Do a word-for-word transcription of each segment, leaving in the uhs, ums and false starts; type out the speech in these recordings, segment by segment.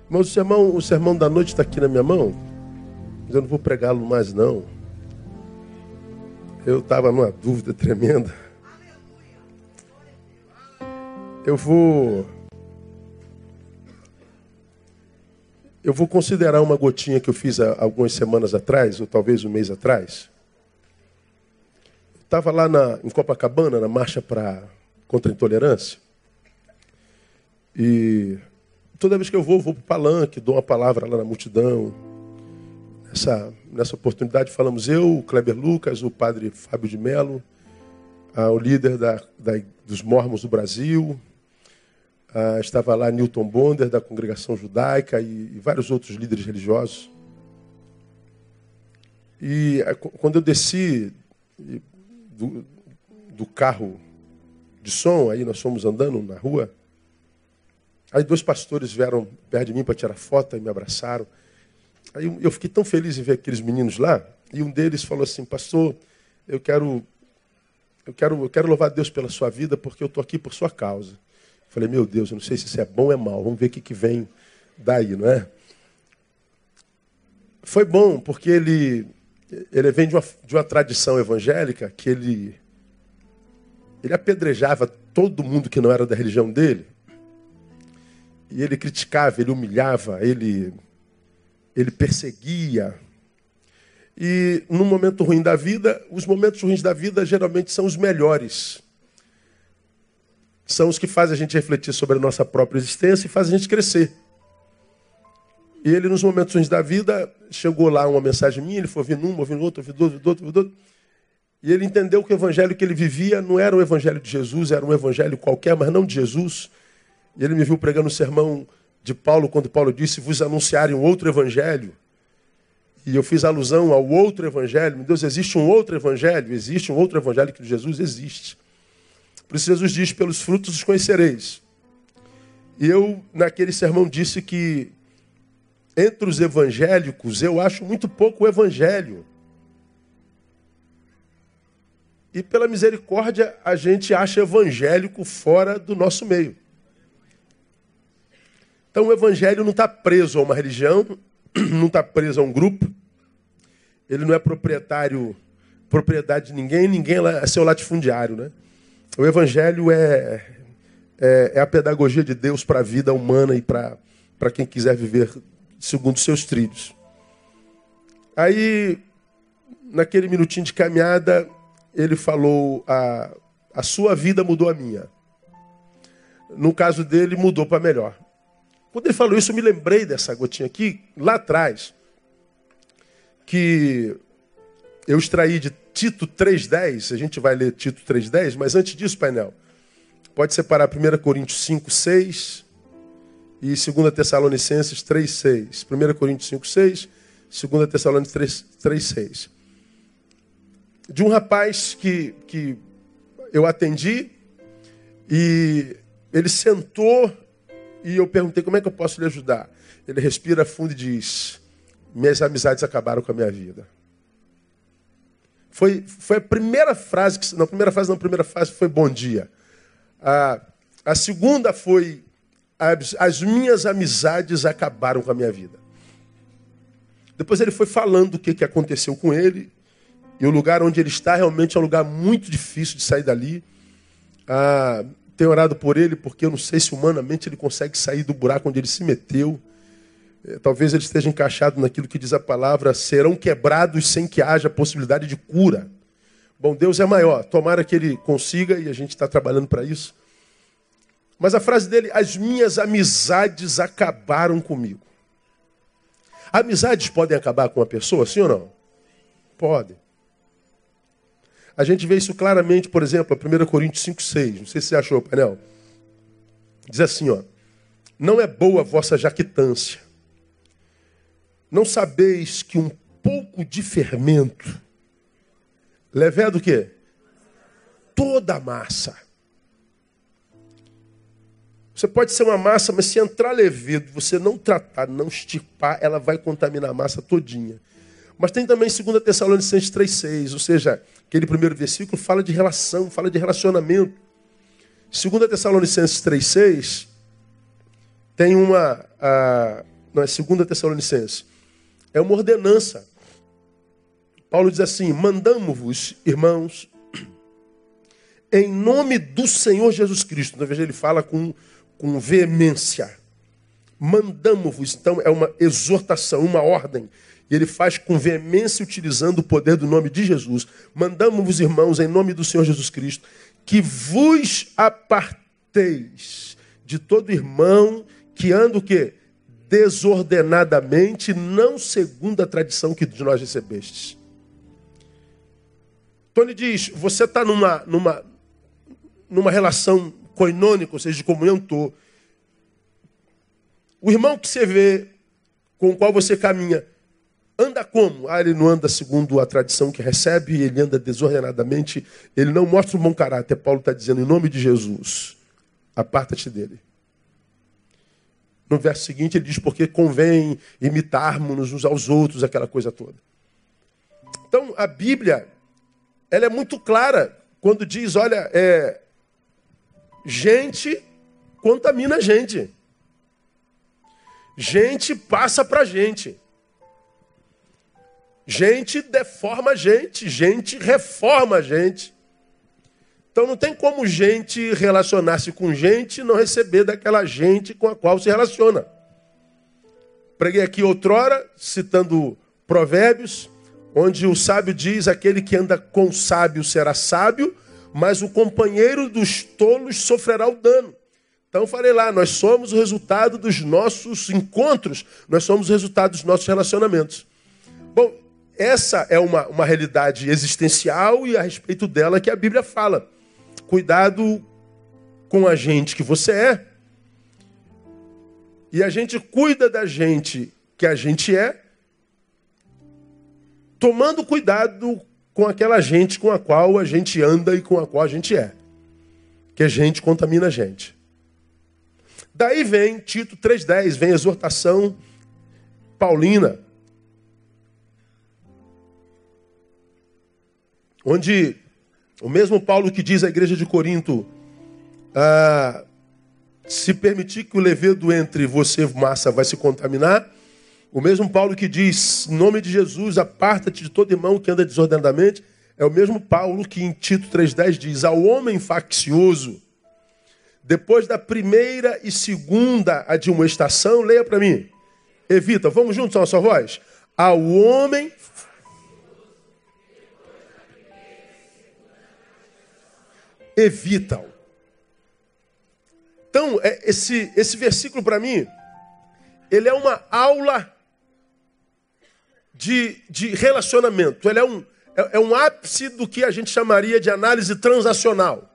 Mas o sermão, o sermão da noite está aqui na minha mão, mas eu não vou pregá-lo mais não. Eu estava numa dúvida tremenda. Eu vou... Eu vou considerar uma gotinha que eu fiz há algumas semanas atrás, ou talvez um mês atrás. Estava lá na, em Copacabana, na marcha pra, contra a intolerância. E toda vez que eu vou, eu vou para o palanque, dou uma palavra lá na multidão. Nessa, nessa oportunidade falamos eu, o Kleber Lucas, o padre Fábio de Mello, ah, o líder da, da, dos Mormons do Brasil. Ah, estava lá Newton Bonder, da congregação judaica, e, e vários outros líderes religiosos. E ah, quando eu desci do, do carro de som, aí nós fomos andando na rua, aí dois pastores vieram perto de mim para tirar foto e me abraçaram. Aí eu fiquei tão feliz em ver aqueles meninos lá, e um deles falou assim: pastor, eu quero, eu quero, eu quero louvar a Deus pela sua vida, porque eu estou aqui por sua causa. Falei, meu Deus, eu não sei se isso é bom ou é mal, vamos ver o que, que vem daí, não é? Foi bom, porque ele, ele vem de uma, de uma tradição evangélica que ele, ele apedrejava todo mundo que não era da religião dele, e ele criticava, ele humilhava, ele, ele perseguia. E num momento ruim da vida, os momentos ruins da vida geralmente são os melhores. São os que fazem a gente refletir sobre a nossa própria existência e fazem a gente crescer. E ele, nos momentos ruins da vida, chegou lá uma mensagem minha, ele foi ouvindo um, ouvindo outro, ouvindo outro, ouvindo outro, ouvindo outro. E ele entendeu que o evangelho que ele vivia não era o evangelho de Jesus, era um evangelho qualquer, mas não de Jesus. E ele me viu pregando o sermão de Paulo, quando Paulo disse, vos anunciarem um outro evangelho. E eu fiz alusão ao outro evangelho. Meu Deus, existe um outro evangelho? Existe um outro evangelho que de Jesus existe. Por isso Jesus diz, pelos frutos os conhecereis. E eu, naquele sermão, disse que entre os evangélicos, eu acho muito pouco o evangelho. E pela misericórdia, a gente acha evangélico fora do nosso meio. Então o evangelho não está preso a uma religião, não está preso a um grupo. Ele não é proprietário, propriedade de ninguém, ninguém é seu latifundiário, né? O evangelho é, é, é a pedagogia de Deus para a vida humana e para para quem quiser viver segundo os seus trilhos. Aí, naquele minutinho de caminhada, ele falou, a, a sua vida mudou a minha. No caso dele, mudou para melhor. Quando ele falou isso, eu me lembrei dessa gotinha aqui, lá atrás, que eu extraí de Tito três dez, a gente vai ler Tito três dez, mas antes disso, painel, pode separar primeira Coríntios cinco, seis e segunda Tessalonicenses três, seis. primeira Coríntios cinco, seis, segunda Tessalonicenses três, seis. De um rapaz que, que eu atendi e ele sentou e eu perguntei como é que eu posso lhe ajudar. Ele respira fundo e diz, minhas amizades acabaram com a minha vida. Foi, foi a primeira frase, que, não, a primeira frase não, a primeira frase foi bom dia. A, a segunda foi, as, as minhas amizades acabaram com a minha vida. Depois ele foi falando o que, que aconteceu com ele, e o lugar onde ele está realmente é um lugar muito difícil de sair dali. Ah, tenho orado por ele, porque eu não sei se humanamente ele consegue sair do buraco onde ele se meteu. Talvez ele esteja encaixado naquilo que diz a palavra, serão quebrados sem que haja possibilidade de cura. Bom, Deus é maior, tomara que ele consiga e a gente está trabalhando para isso. Mas a frase dele, as minhas amizades acabaram comigo. Amizades podem acabar com uma pessoa, sim ou não? Podem. A gente vê isso claramente, por exemplo, a primeira Coríntios cinco, seis. Não sei se você achou, painel. Diz assim, ó. Não é boa a vossa jactância. Não sabeis que um pouco de fermento leveda o quê? Toda a massa. Você pode ser uma massa, mas se entrar levedo, você não tratar, não estipar, ela vai contaminar a massa todinha. Mas tem também segunda Tessalonicenses três, seis, ou seja, aquele primeiro versículo fala de relação, fala de relacionamento. segunda Tessalonicenses três, seis tem uma, a, não é segunda Tessalonicenses. É uma ordenança. Paulo diz assim: mandamos-vos, irmãos, em nome do Senhor Jesus Cristo. Na verdade, ele fala com, com veemência. Mandamos-vos, então é uma exortação, uma ordem. E ele faz com veemência, utilizando o poder do nome de Jesus. Mandamos-vos, irmãos, em nome do Senhor Jesus Cristo, que vos aparteis de todo irmão que anda o quê? Desordenadamente, não segundo a tradição que de nós recebestes. Então ele diz, você está numa, numa, numa relação coinônica, ou seja, de comunhão, tô. O irmão que você vê, com o qual você caminha, anda como? Ah, ele não anda segundo a tradição que recebe, ele anda desordenadamente, ele não mostra um bom caráter. Paulo está dizendo, em nome de Jesus, aparta-te dele. No verso seguinte ele diz, porque convém imitarmos uns aos outros, aquela coisa toda. Então a Bíblia, ela é muito clara quando diz, olha, é, gente contamina gente. Gente passa para gente. Gente deforma a gente, gente reforma a gente. Então não tem como gente relacionar-se com gente e não receber daquela gente com a qual se relaciona. Preguei aqui outrora, citando Provérbios, onde o sábio diz, aquele que anda com o sábio será sábio, mas o companheiro dos tolos sofrerá o dano. Então eu falei lá, nós somos o resultado dos nossos encontros, nós somos o resultado dos nossos relacionamentos. Bom, essa é uma, uma realidade existencial e a respeito dela que a Bíblia fala. Cuidado com a gente que você é. E a gente cuida da gente que a gente é, tomando cuidado com aquela gente com a qual a gente anda e com a qual a gente é. Que a gente contamina a gente. Daí vem Tito três dez, vem a exortação paulina. Onde o mesmo Paulo que diz à igreja de Corinto, ah, se permitir que o levedo entre você, massa, vai se contaminar, o mesmo Paulo que diz, em nome de Jesus, aparta-te de todo irmão que anda desordenadamente, é o mesmo Paulo que em Tito três dez diz, ao homem faccioso, depois da primeira e segunda admoestação, leia para mim, evita, vamos juntos a nossa voz, ao homem evitam. Então, esse, esse versículo para mim, ele é uma aula de, de relacionamento. Ele é um, é, é um ápice do que a gente chamaria de análise transacional.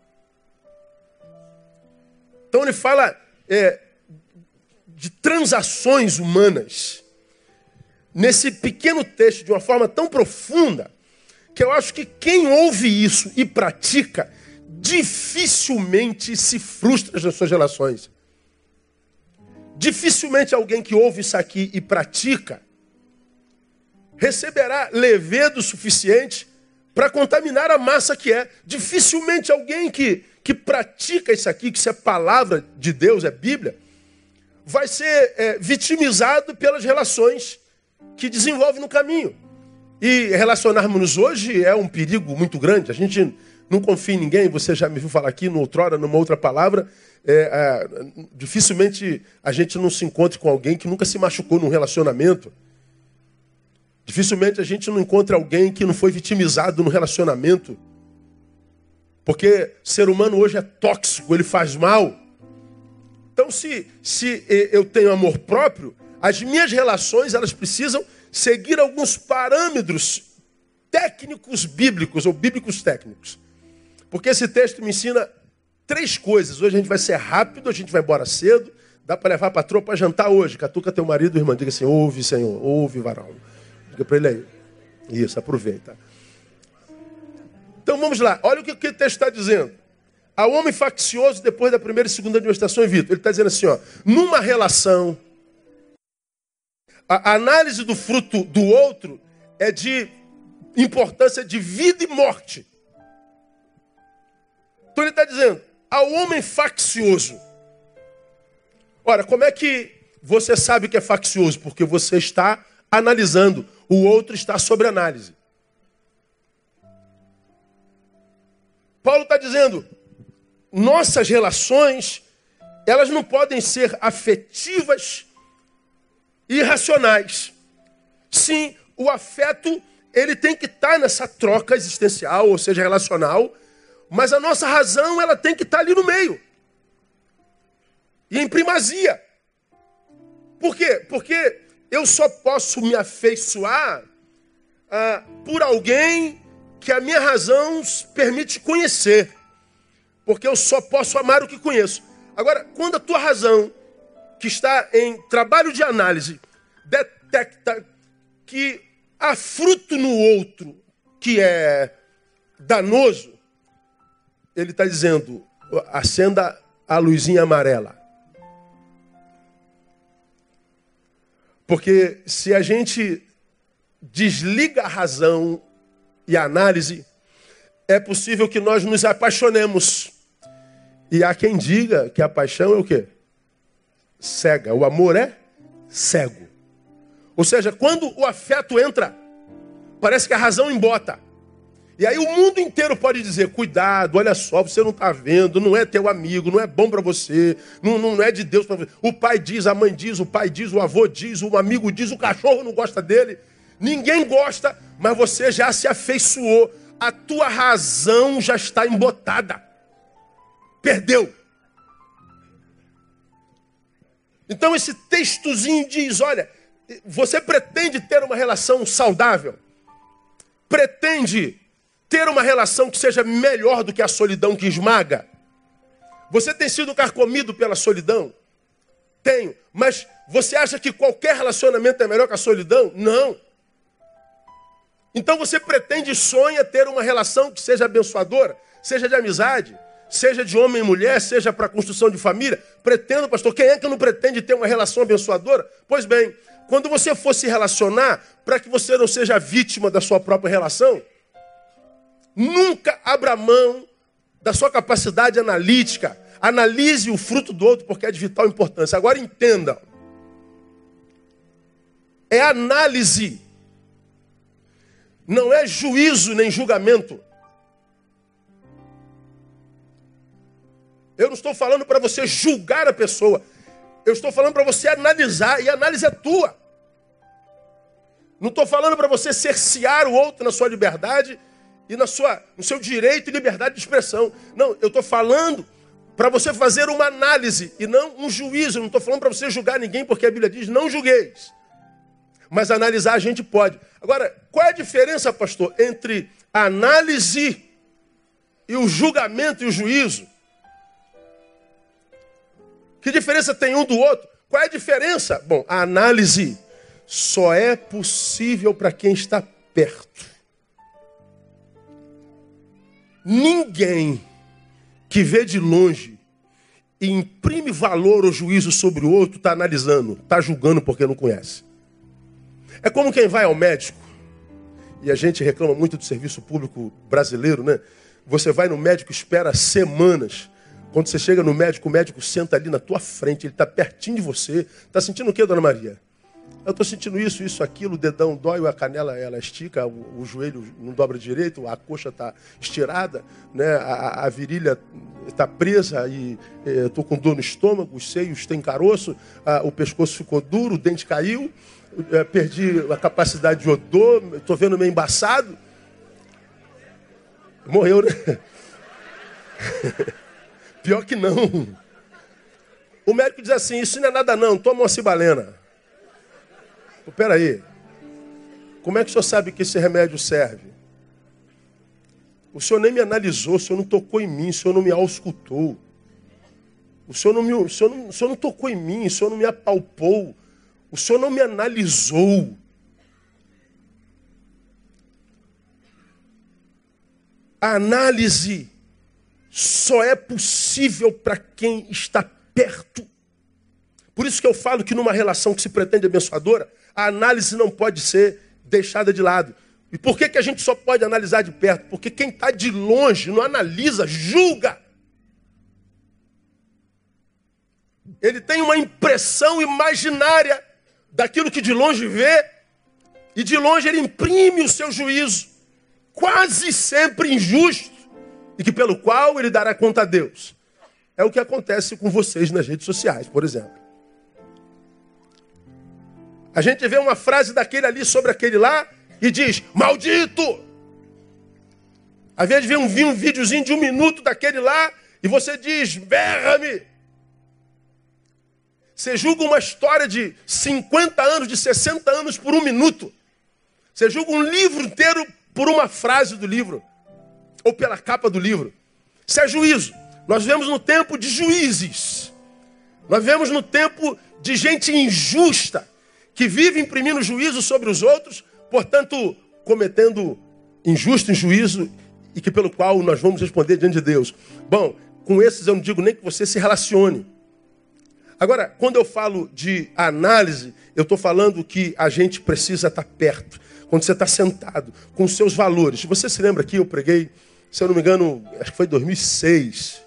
Então ele fala é, de transações humanas. Nesse pequeno texto, de uma forma tão profunda, que eu acho que quem ouve isso e pratica, dificilmente se frustra nas suas relações. Dificilmente alguém que ouve isso aqui e pratica receberá levedo suficiente para contaminar a massa que é. Dificilmente alguém que, que pratica isso aqui, que isso é palavra de Deus, é Bíblia, vai ser é, vitimizado pelas relações que desenvolve no caminho. E relacionarmos-nos hoje é um perigo muito grande. A gente não confia em ninguém, você já me viu falar aqui, no outrora, numa outra palavra, é, é, dificilmente a gente não se encontre com alguém que nunca se machucou num relacionamento. Dificilmente a gente não encontra alguém que não foi vitimizado no relacionamento. Porque ser humano hoje é tóxico, ele faz mal. Então, se, se eu tenho amor próprio, as minhas relações elas precisam seguir alguns parâmetros técnicos bíblicos, ou bíblicos técnicos. Porque esse texto me ensina três coisas. Hoje a gente vai ser rápido, a gente vai embora cedo. Dá para levar a patroa para jantar hoje. Catuca teu marido, irmã. Diga assim, ouve, Senhor, ouve, varão. Diga para ele aí. Isso, aproveita. Então vamos lá. Olha o que o texto está dizendo. Ao homem faccioso, depois da primeira e segunda admoestação, evita. Ele está dizendo assim, ó, numa relação, a análise do fruto do outro é de importância de vida e morte. Então ele está dizendo, ao homem faccioso. Ora, como é que você sabe que é faccioso? Porque você está analisando. O outro está sob análise. Paulo está dizendo, nossas relações, elas não podem ser afetivas e irracionais. Sim, o afeto, ele tem que estar nessa troca existencial, ou seja, relacional, mas a nossa razão, ela tem que estar ali no meio. E em primazia. Por quê? Porque eu só posso me afeiçoar ah, por alguém que a minha razão permite conhecer. Porque eu só posso amar o que conheço. Agora, quando a tua razão, que está em trabalho de análise, detecta que há fruto no outro que é danoso, ele está dizendo, acenda a luzinha amarela. Porque se a gente desliga a razão e a análise, é possível que nós nos apaixonemos. E há quem diga que a paixão é o quê? Cega. O amor é cego. Ou seja, quando o afeto entra, parece que a razão embota. E aí o mundo inteiro pode dizer, cuidado, olha só, você não está vendo, não é teu amigo, não é bom para você, não, não é de Deus para você. O pai diz, a mãe diz, o pai diz, o avô diz, o amigo diz, o cachorro não gosta dele. Ninguém gosta, mas você já se afeiçoou. A tua razão já está embotada. Perdeu. Então esse textozinho diz, olha, você pretende ter uma relação saudável? Pretende ter uma relação que seja melhor do que a solidão que esmaga? Você tem sido carcomido pela solidão? Tenho. Mas você acha que qualquer relacionamento é melhor que a solidão? Não. Então você pretende e sonha ter uma relação que seja abençoadora, seja de amizade, seja de homem e mulher, seja para a construção de família? Pretendo, pastor. Quem é que não pretende ter uma relação abençoadora? Pois bem, quando você for se relacionar, para que você não seja vítima da sua própria relação, nunca abra mão da sua capacidade analítica. Analise o fruto do outro, porque é de vital importância. Agora entenda. É análise. Não é juízo nem julgamento. Eu não estou falando para você julgar a pessoa. Eu estou falando para você analisar. E a análise é tua. Não estou falando para você cercear o outro na sua liberdade e na sua, no seu direito e liberdade de expressão. Não, eu estou falando para você fazer uma análise e não um juízo. Eu não estou falando para você julgar ninguém, porque a Bíblia diz, não julgueis. Mas analisar a gente pode. Agora, qual é a diferença, pastor, entre a análise e o julgamento e o juízo? Que diferença tem um do outro? Qual é a diferença? Bom, a análise só é possível para quem está perto. Ninguém que vê de longe e imprime valor ou juízo sobre o outro está analisando, está julgando porque não conhece. É como quem vai ao médico, e a gente reclama muito do serviço público brasileiro, né? Você vai no médico, espera semanas. Quando você chega no médico, o médico senta ali na tua frente, ele está pertinho de você. Está sentindo o quê, dona Maria? Eu estou sentindo isso, isso, aquilo, o dedão dói, a canela ela estica, o, o joelho não dobra direito, a coxa está estirada, né? a, a virilha está presa e estou com dor no estômago, os seios têm caroço, a, o pescoço ficou duro, o dente caiu, é, perdi a capacidade de odor, estou vendo meio embaçado. Morreu, né? Pior que não. O médico diz assim, isso não é nada não, toma uma cibalena. Espera aí. Como é que o senhor sabe que esse remédio serve? O senhor nem me analisou, o senhor não tocou em mim, o senhor não me auscultou. O senhor não, me, o senhor não, o senhor não tocou em mim, o senhor não me apalpou. O senhor não me analisou. A análise só é possível para quem está perto. Por isso que eu falo que numa relação que se pretende abençoadora, a análise não pode ser deixada de lado. E por que que a gente só pode analisar de perto? Porque quem está de longe não analisa, julga. ele tem uma impressão imaginária daquilo que de longe vê, e de longe ele imprime o seu juízo, quase sempre injusto, e que pelo qual ele dará conta a Deus. É o que acontece com vocês nas redes sociais, por exemplo. A gente vê uma frase daquele ali sobre aquele lá e diz, maldito! Às vezes vê um, um videozinho de um minuto daquele lá e você diz, berra-me! Você julga uma história de cinquenta anos, de sessenta anos por um minuto. Você julga um livro inteiro por uma frase do livro. Ou pela capa do livro. Isso é juízo. Nós vivemos no tempo de juízes. Nós vivemos no tempo de gente injusta, que vive imprimindo juízo sobre os outros, portanto, cometendo injusto juízo, e que pelo qual nós vamos responder diante de Deus. Bom, com esses eu não digo nem que você se relacione. Agora, quando eu falo de análise, eu estou falando que a gente precisa estar perto. Quando você está sentado, com os seus valores. Você se lembra que eu preguei, se eu não me engano, acho que foi em dois mil e seis.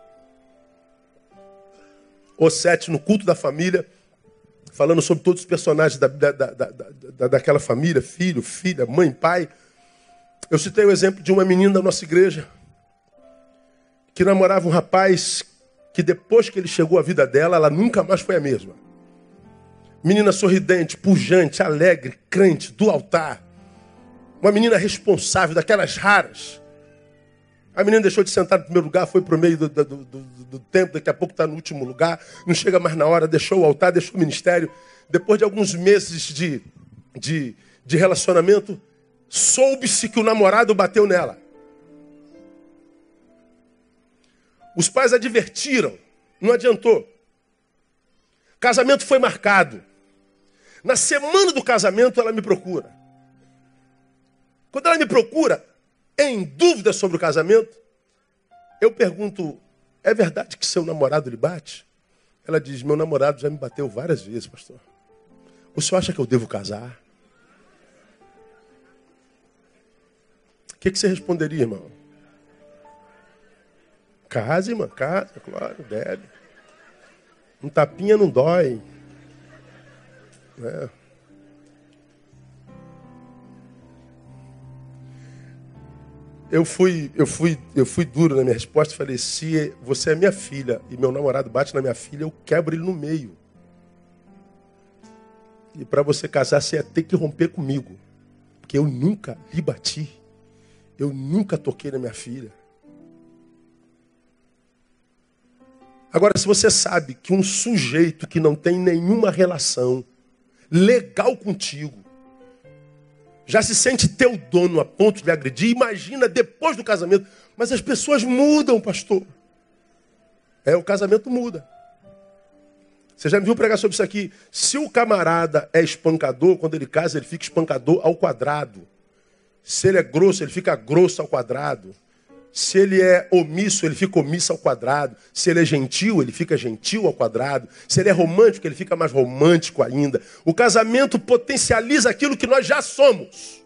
Ou sete, no culto da família, falando sobre todos os personagens da, da, da, da, da, daquela família, filho, filha, mãe, pai. Eu citei o exemplo de uma menina da nossa igreja, que namorava um rapaz que depois que ele chegou à vida dela, ela nunca mais foi a mesma. Menina sorridente, pujante, alegre, crente, do altar. Uma menina responsável, daquelas raras. A menina deixou de sentar no primeiro lugar, foi para o meio do, do, do, do, do templo, daqui a pouco está no último lugar, não chega mais na hora, deixou o altar, deixou o ministério. Depois de alguns meses de, de, de relacionamento, soube-se que o namorado bateu nela. Os pais advertiram, não adiantou. Casamento foi marcado. Na semana do casamento, ela me procura. Quando ela me procura, em dúvida sobre o casamento, eu pergunto, é verdade que seu namorado lhe bate? Ela diz, meu namorado já me bateu várias vezes, pastor. O senhor acha que eu devo casar? O que, que você responderia, irmão? Case, irmão, casa, claro, deve. Um tapinha não dói. É. Eu fui, eu, fui, eu fui duro na minha resposta. Falei, se você é minha filha e meu namorado bate na minha filha, eu quebro ele no meio. E para você casar, você ia ter que romper comigo. Porque eu nunca lhe bati. Eu nunca toquei na minha filha. Agora, se você sabe que um sujeito que não tem nenhuma relação legal contigo já se sente teu dono a ponto de lhe agredir, imagina depois do casamento. Mas as pessoas mudam, pastor. É, o casamento muda. Você já me viu pregar sobre isso aqui? Se o camarada é espancador, quando ele casa, ele fica espancador ao quadrado. Se ele é grosso, ele fica grosso ao quadrado. Se ele é omisso, ele fica omisso ao quadrado. Se ele é gentil, ele fica gentil ao quadrado. Se ele é romântico, ele fica mais romântico ainda. O casamento potencializa aquilo que nós já somos.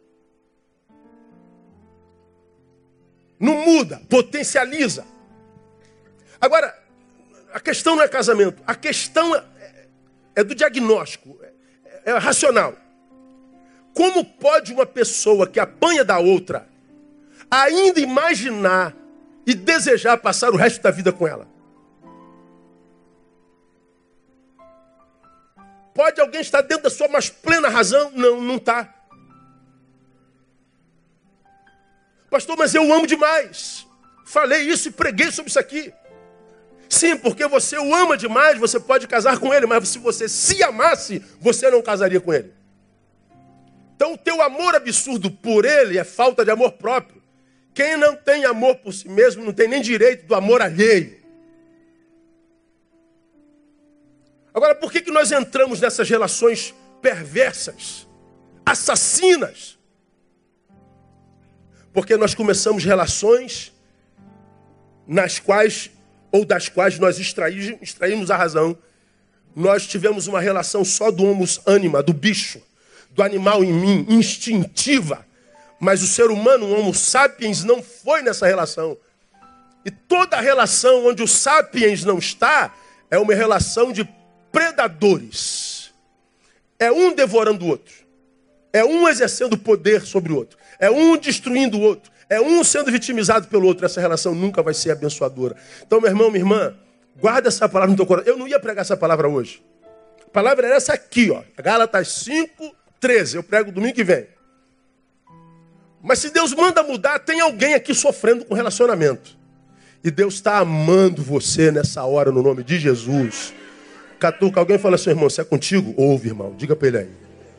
Não muda, potencializa. Agora, a questão não é casamento. A questão é, é do diagnóstico, é, é racional. Como pode uma pessoa que apanha da outra ainda imaginar e desejar passar o resto da vida com ela? Pode alguém estar dentro da sua mais plena razão? Não, não está. Pastor, mas eu amo demais. Falei isso e preguei sobre isso aqui. Sim, porque você o ama demais, você pode casar com ele, mas se você se amasse, você não casaria com ele. Então o teu amor absurdo por ele é falta de amor próprio. Quem não tem amor por si mesmo não tem nem direito do amor alheio. Agora, por que que nós entramos nessas relações perversas, assassinas? Porque nós começamos relações nas quais, ou das quais nós extraímos, extraímos a razão. Nós tivemos uma relação só do homus anima, do bicho, do animal em mim, instintiva. Mas o ser humano, o homo sapiens, não foi nessa relação. E toda relação onde o sapiens não está, É uma relação de predadores. É um devorando o outro. É um exercendo poder sobre o outro. É um destruindo o outro. É um sendo vitimizado pelo outro. Essa relação nunca vai ser abençoadora. Então, meu irmão, minha irmã, guarda essa palavra no teu coração. Eu não ia pregar essa palavra hoje. A palavra era essa aqui, ó. Gálatas cinco, treze. Eu prego domingo que vem. Mas se Deus manda mudar, tem alguém aqui sofrendo com relacionamento. E Deus está amando você nessa hora, no nome de Jesus. Catuca, alguém fala assim, irmão, se é contigo? Ouve, irmão. Diga para ele aí.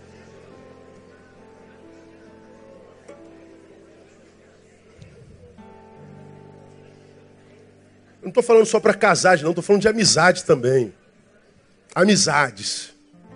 Eu não estou falando só para casais, não. Estou falando de amizade também. Amizades.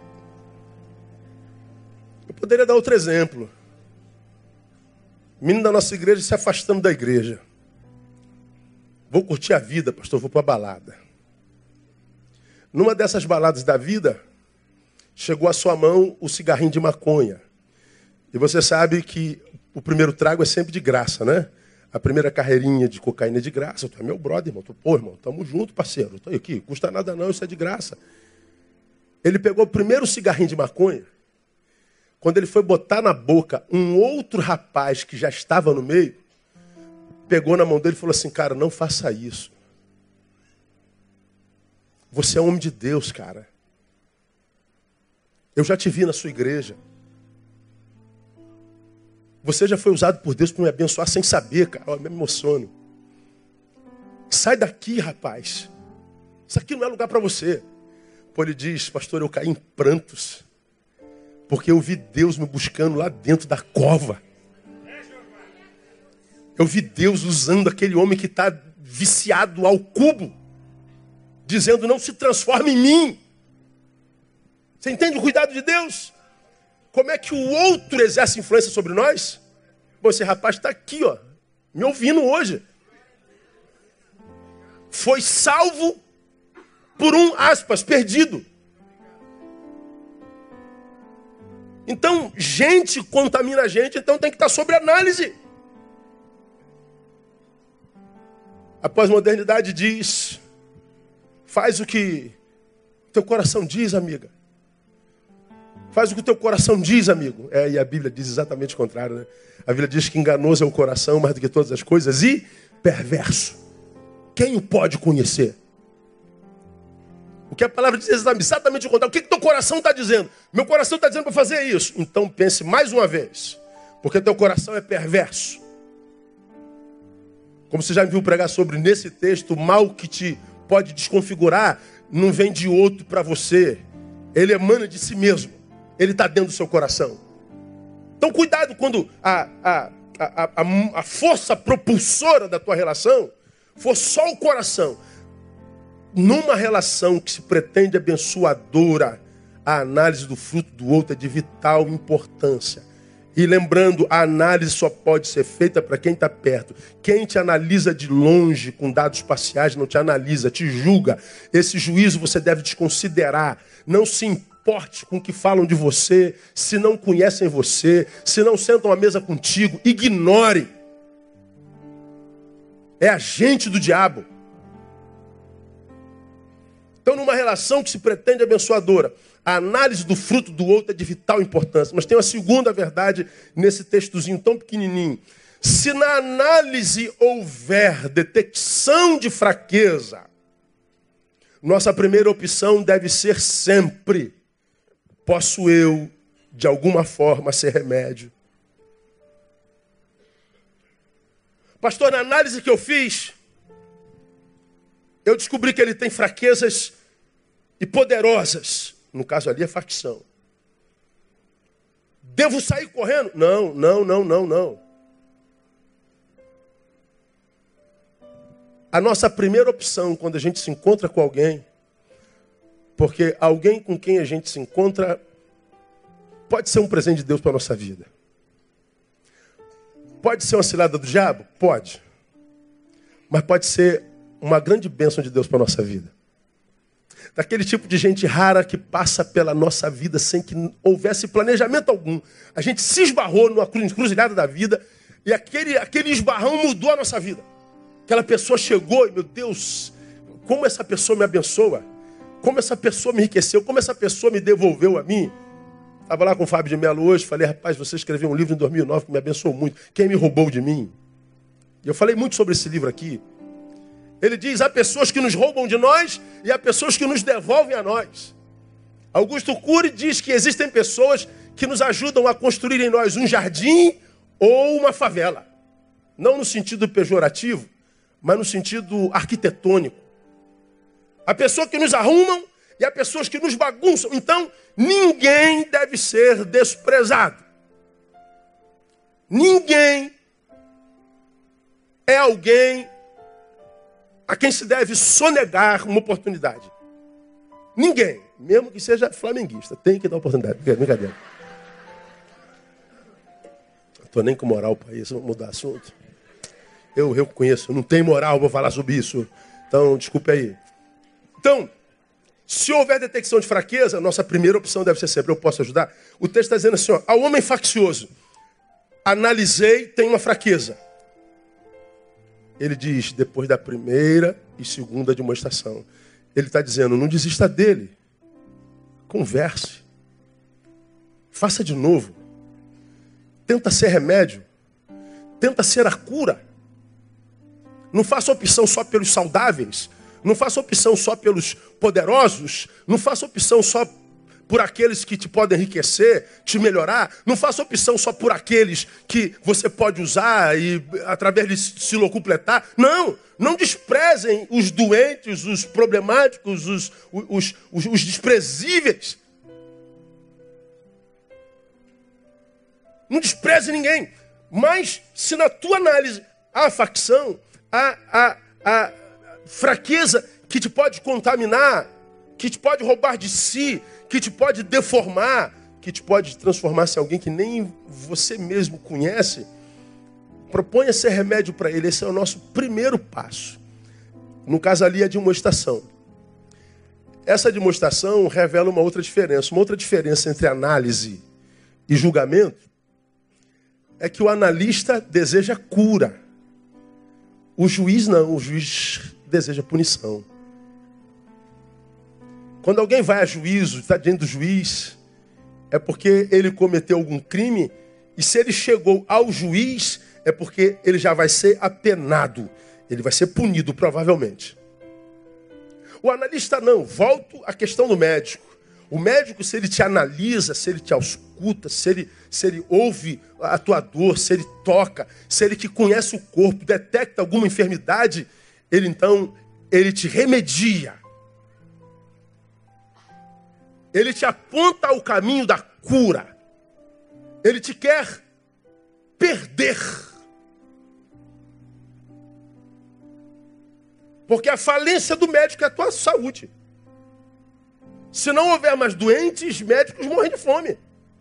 Eu poderia dar outro exemplo. Menino da nossa igreja se afastando da igreja. Vou curtir a vida, pastor, vou para a balada. Numa dessas baladas da vida, chegou à sua mão o cigarrinho de maconha. E você sabe que o primeiro trago é sempre de graça, né? A primeira carreirinha de cocaína é de graça. Tu é meu brother, irmão. Tu, pô, irmão, tamo junto, parceiro. Tô aqui, custa nada não, isso é de graça. Ele pegou o primeiro cigarrinho de maconha. Quando ele foi botar na boca, um outro rapaz que já estava no meio, pegou na mão dele e falou assim, cara, não faça isso. Você é um homem de Deus, cara. Eu já te vi na sua igreja. Você já foi usado por Deus para me abençoar sem saber, cara. Eu me emociono. Sai daqui, rapaz. Isso aqui não é lugar para você. Pô, ele diz, pastor, eu caí em prantos. Porque eu vi Deus me buscando lá dentro da cova. Eu vi Deus usando aquele homem que está viciado ao cubo. Dizendo, não se transforme em mim. Você entende o cuidado de Deus? Como é que o outro exerce influência sobre nós? Bom, esse rapaz está aqui, ó, me ouvindo hoje. Foi salvo por um, aspas, perdido. Então, gente contamina a gente, então tem que estar sob análise. A pós-modernidade diz, faz o que teu coração diz, amiga. Faz o que o teu coração diz, amigo. É, e a Bíblia diz exatamente o contrário, né? A Bíblia diz que enganoso é o coração mais do que todas as coisas e perverso. Quem o pode conhecer? O que a palavra diz é exatamente o contrário. O que, que teu coração está dizendo? Meu coração está dizendo para fazer isso. Então pense mais uma vez. Porque teu coração é perverso. Como você já me viu pregar sobre nesse texto, o mal que te pode desconfigurar não vem de outro para você. Ele emana de si mesmo. Ele está dentro do seu coração. Então cuidado quando a, a, a, a, a força propulsora da tua relação for só o coração. Numa relação que se pretende abençoadora, a análise do fruto do outro é de vital importância. E lembrando, a análise só pode ser feita para quem está perto. Quem te analisa de longe, com dados parciais, não te analisa, te julga. Esse juízo você deve desconsiderar. Não se importe com o que falam de você, se não conhecem você, se não sentam à mesa contigo, ignore. É agente do diabo. Então, numa relação que se pretende abençoadora, a análise do fruto do outro é de vital importância. Mas tem uma segunda verdade nesse textozinho tão pequenininho. Se na análise houver detecção de fraqueza, nossa primeira opção deve ser sempre: posso eu, de alguma forma, ser remédio? Pastor, na análise que eu fiz, eu descobri que ele tem fraquezas e poderosas. No caso ali é facção. Devo sair correndo? Não, não, não, não, não. A nossa primeira opção quando a gente se encontra com alguém, porque alguém com quem a gente se encontra pode ser um presente de Deus para a nossa vida. Pode ser uma cilada do diabo? Pode. Mas pode ser uma grande bênção de Deus para a nossa vida. Daquele tipo de gente rara que passa pela nossa vida sem que houvesse planejamento algum. A gente se esbarrou numa encruzilhada da vida e aquele, aquele esbarrão mudou a nossa vida. Aquela pessoa chegou e, meu Deus, como essa pessoa me abençoa. como essa pessoa me enriqueceu, como essa pessoa me devolveu a mim. Estava lá com o Fábio de Mello hoje, falei, rapaz, você escreveu um livro em dois mil e nove que me abençoou muito. Quem me roubou de mim? E eu falei muito sobre esse livro aqui. Ele diz, há pessoas que nos roubam de nós e há pessoas que nos devolvem a nós. Augusto Cury diz que existem pessoas que nos ajudam a construir em nós um jardim ou uma favela. Não no sentido pejorativo, mas no sentido arquitetônico. Há pessoas que nos arrumam e há pessoas que nos bagunçam. Então, ninguém deve ser desprezado. Ninguém é alguém a quem se deve sonegar uma oportunidade. Ninguém, mesmo que seja flamenguista, tem que dar oportunidade. Brincadeira. Não estou nem com moral para isso, vamos mudar assunto. Eu, eu conheço, não tem moral, vou falar sobre isso. Então, desculpe aí. Então, se houver detecção de fraqueza, nossa primeira opção deve ser sempre, eu posso ajudar? O texto está dizendo assim, ó, ao homem faccioso, analisei, tem uma fraqueza. Ele diz, depois da primeira e segunda demonstração, ele está dizendo, não desista dele. Converse. Faça de novo. Tenta ser remédio. Tenta ser a cura. Não faça opção só pelos saudáveis. Não faça opção só pelos poderosos. Não faça opção só por aqueles que te podem enriquecer, te melhorar. Não faça opção só por aqueles que você pode usar e através de se locupletar. Não, não desprezem os doentes, os problemáticos, os, os, os, os desprezíveis. Não despreze ninguém. Mas se na tua análise há facção, há, há, há fraqueza que te pode contaminar, que te pode roubar de si, que te pode deformar, que te pode transformar-se em alguém que nem você mesmo conhece, proponha ser remédio para ele. Esse é o nosso primeiro passo. No caso ali, a demonstração. Essa demonstração revela uma outra diferença. Uma outra diferença entre análise e julgamento é que o analista deseja cura. O juiz não, o juiz deseja punição. Quando alguém vai a juízo, está diante do juiz, é porque ele cometeu algum crime, e se ele chegou ao juiz, é porque ele já vai ser apenado, ele vai ser punido, provavelmente. O analista não, volto à questão do médico. O médico, se ele te analisa, se ele te ausculta, se ele, se ele ouve a tua dor, se ele toca, se ele que conhece o corpo, detecta alguma enfermidade, ele então, ele te remedia. Ele te aponta ao caminho da cura. Ele te quer perder. Porque a falência do médico é a tua saúde. Se não houver mais doentes, médicos morrem de fome.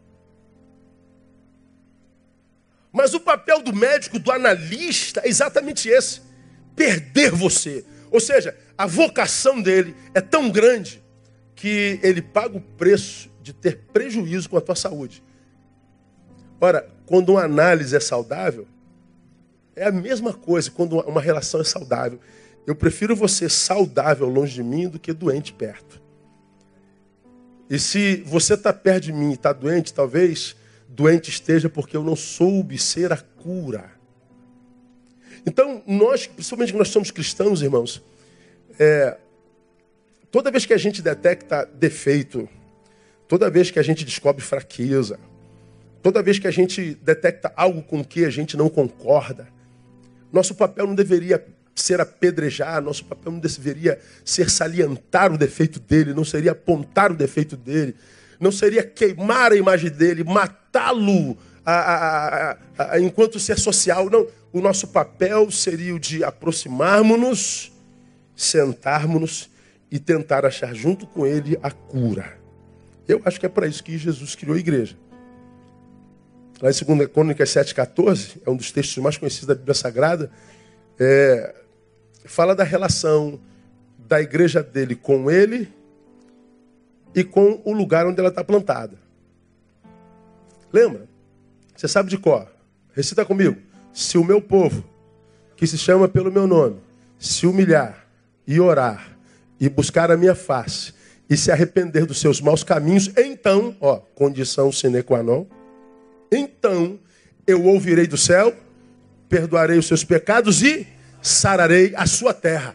Mas o papel do médico, do analista, é exatamente esse. Perder você. Ou seja, a vocação dele é tão grande que ele paga o preço de ter prejuízo com a tua saúde. Ora, quando uma análise é saudável, é a mesma coisa quando uma relação é saudável. Eu prefiro você saudável longe de mim do que doente perto. E se você está perto de mim e está doente, talvez doente esteja porque eu não soube ser a cura. Então, nós, principalmente que nós somos cristãos, irmãos, é... toda vez que a gente detecta defeito, toda vez que a gente descobre fraqueza, toda vez que a gente detecta algo com que a gente não concorda, nosso papel não deveria ser apedrejar, nosso papel não deveria ser salientar o defeito dele, não seria apontar o defeito dele, não seria queimar a imagem dele, matá-lo a, a, a, a, enquanto ser social. Não, o nosso papel seria o de aproximarmos-nos, sentarmos-nos e tentar achar junto com ele a cura. Eu acho que é para isso que Jesus criou a igreja. Lá em segunda Crônicas sete, quatorze, é um dos textos mais conhecidos da Bíblia Sagrada, é, fala da relação da igreja dele com ele e com o lugar onde ela está plantada. Lembra? Você sabe de cor. Recita comigo. Se o meu povo, que se chama pelo meu nome, se humilhar e orar, e buscar a minha face, e se arrepender dos seus maus caminhos, então, ó, condição sine qua non, então eu ouvirei do céu, perdoarei os seus pecados e sararei a sua terra.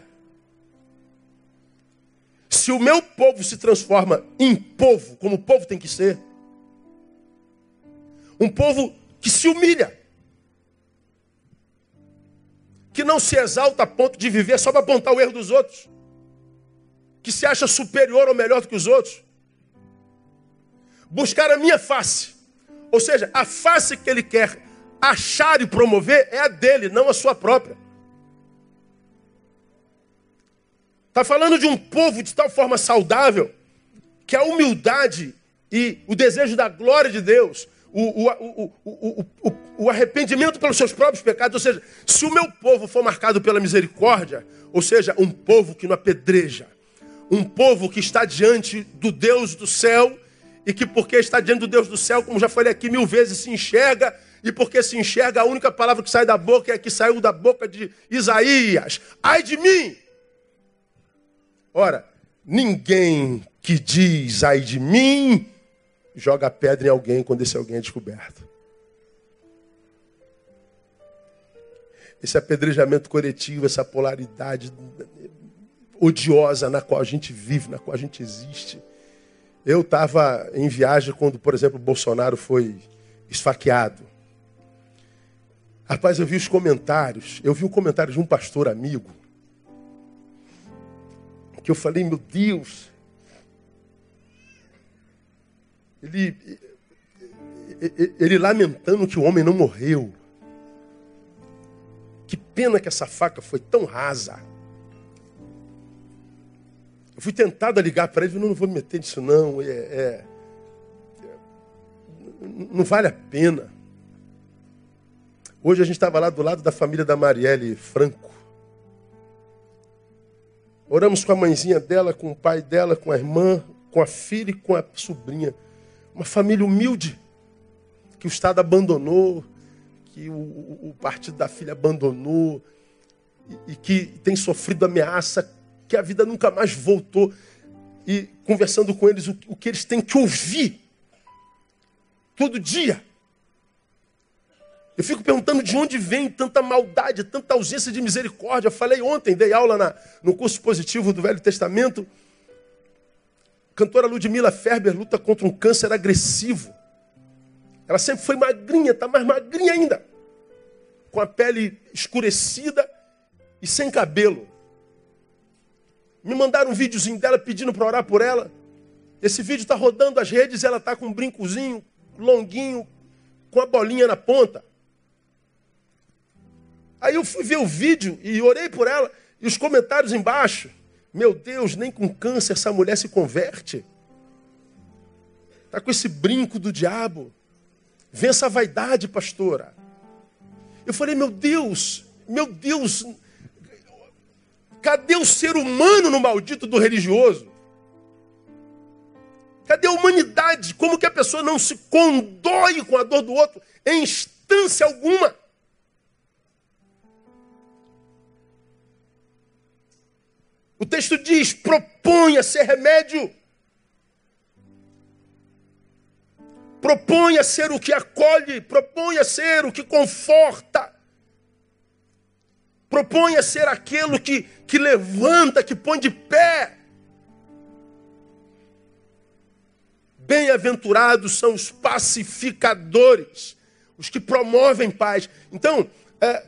Se o meu povo se transforma em povo, como o povo tem que ser, um povo que se humilha, que não se exalta a ponto de viver só para apontar o erro dos outros, que se acha superior ou melhor do que os outros, buscar a minha face, ou seja, a face que ele quer achar e promover é a dele, não a sua própria. Está falando de um povo de tal forma saudável que a humildade e o desejo da glória de Deus, o, o, o, o, o, o arrependimento pelos seus próprios pecados, ou seja, se o meu povo for marcado pela misericórdia, ou seja, um povo que não apedreja, um povo que está diante do Deus do céu e que porque está diante do Deus do céu, como já falei aqui mil vezes, se enxerga, e porque se enxerga, a única palavra que sai da boca é a que saiu da boca de Isaías: ai de mim! Ora, ninguém que diz ai de mim joga pedra em alguém quando esse alguém é descoberto. Esse apedrejamento coletivo, essa polaridade odiosa na qual a gente vive, na qual a gente existe. Eu estava em viagem quando, por exemplo, o Bolsonaro foi esfaqueado. Rapaz, eu vi os comentários, eu vi o comentário de um pastor amigo, que eu falei, meu Deus, ele, ele, ele lamentando que o homem não morreu. Que pena que essa faca foi tão rasa. Eu fui tentado a ligar para ele, eu não vou me meter nisso não, é, é, não vale a pena. Hoje a gente estava lá do lado da família da Marielle Franco. Oramos com a mãezinha dela, com o pai dela, com a irmã, com a filha e com a sobrinha. Uma família humilde, que o Estado abandonou, que o, o, o partido da filha abandonou, e, e que tem sofrido ameaça, que a vida nunca mais voltou. E conversando com eles, o, o que eles têm que ouvir, todo dia. Eu fico perguntando de onde vem tanta maldade, tanta ausência de misericórdia. Eu falei ontem, dei aula na, no curso positivo do Velho Testamento. A cantora Ludmila Ferber luta contra um câncer agressivo. Ela sempre foi magrinha, está mais magrinha ainda. Com a pele escurecida e sem cabelo. Me mandaram um videozinho dela pedindo para orar por ela. Esse vídeo está rodando as redes e ela está com um brincozinho longuinho, com a bolinha na ponta. Aí eu fui ver o vídeo e orei por ela. E os comentários embaixo. Meu Deus, nem com câncer essa mulher se converte. Está com esse brinco do diabo. Vença a vaidade, pastora. Eu falei, meu Deus, meu Deus. Cadê o ser humano no maldito do religioso? Cadê a humanidade? Como que a pessoa não se condói com a dor do outro em instância alguma? O texto diz, proponha ser remédio. Proponha ser o que acolhe. Proponha ser o que conforta. Proponha ser aquilo que, que levanta, que põe de pé. Bem-aventurados são os pacificadores, os que promovem paz. Então, é,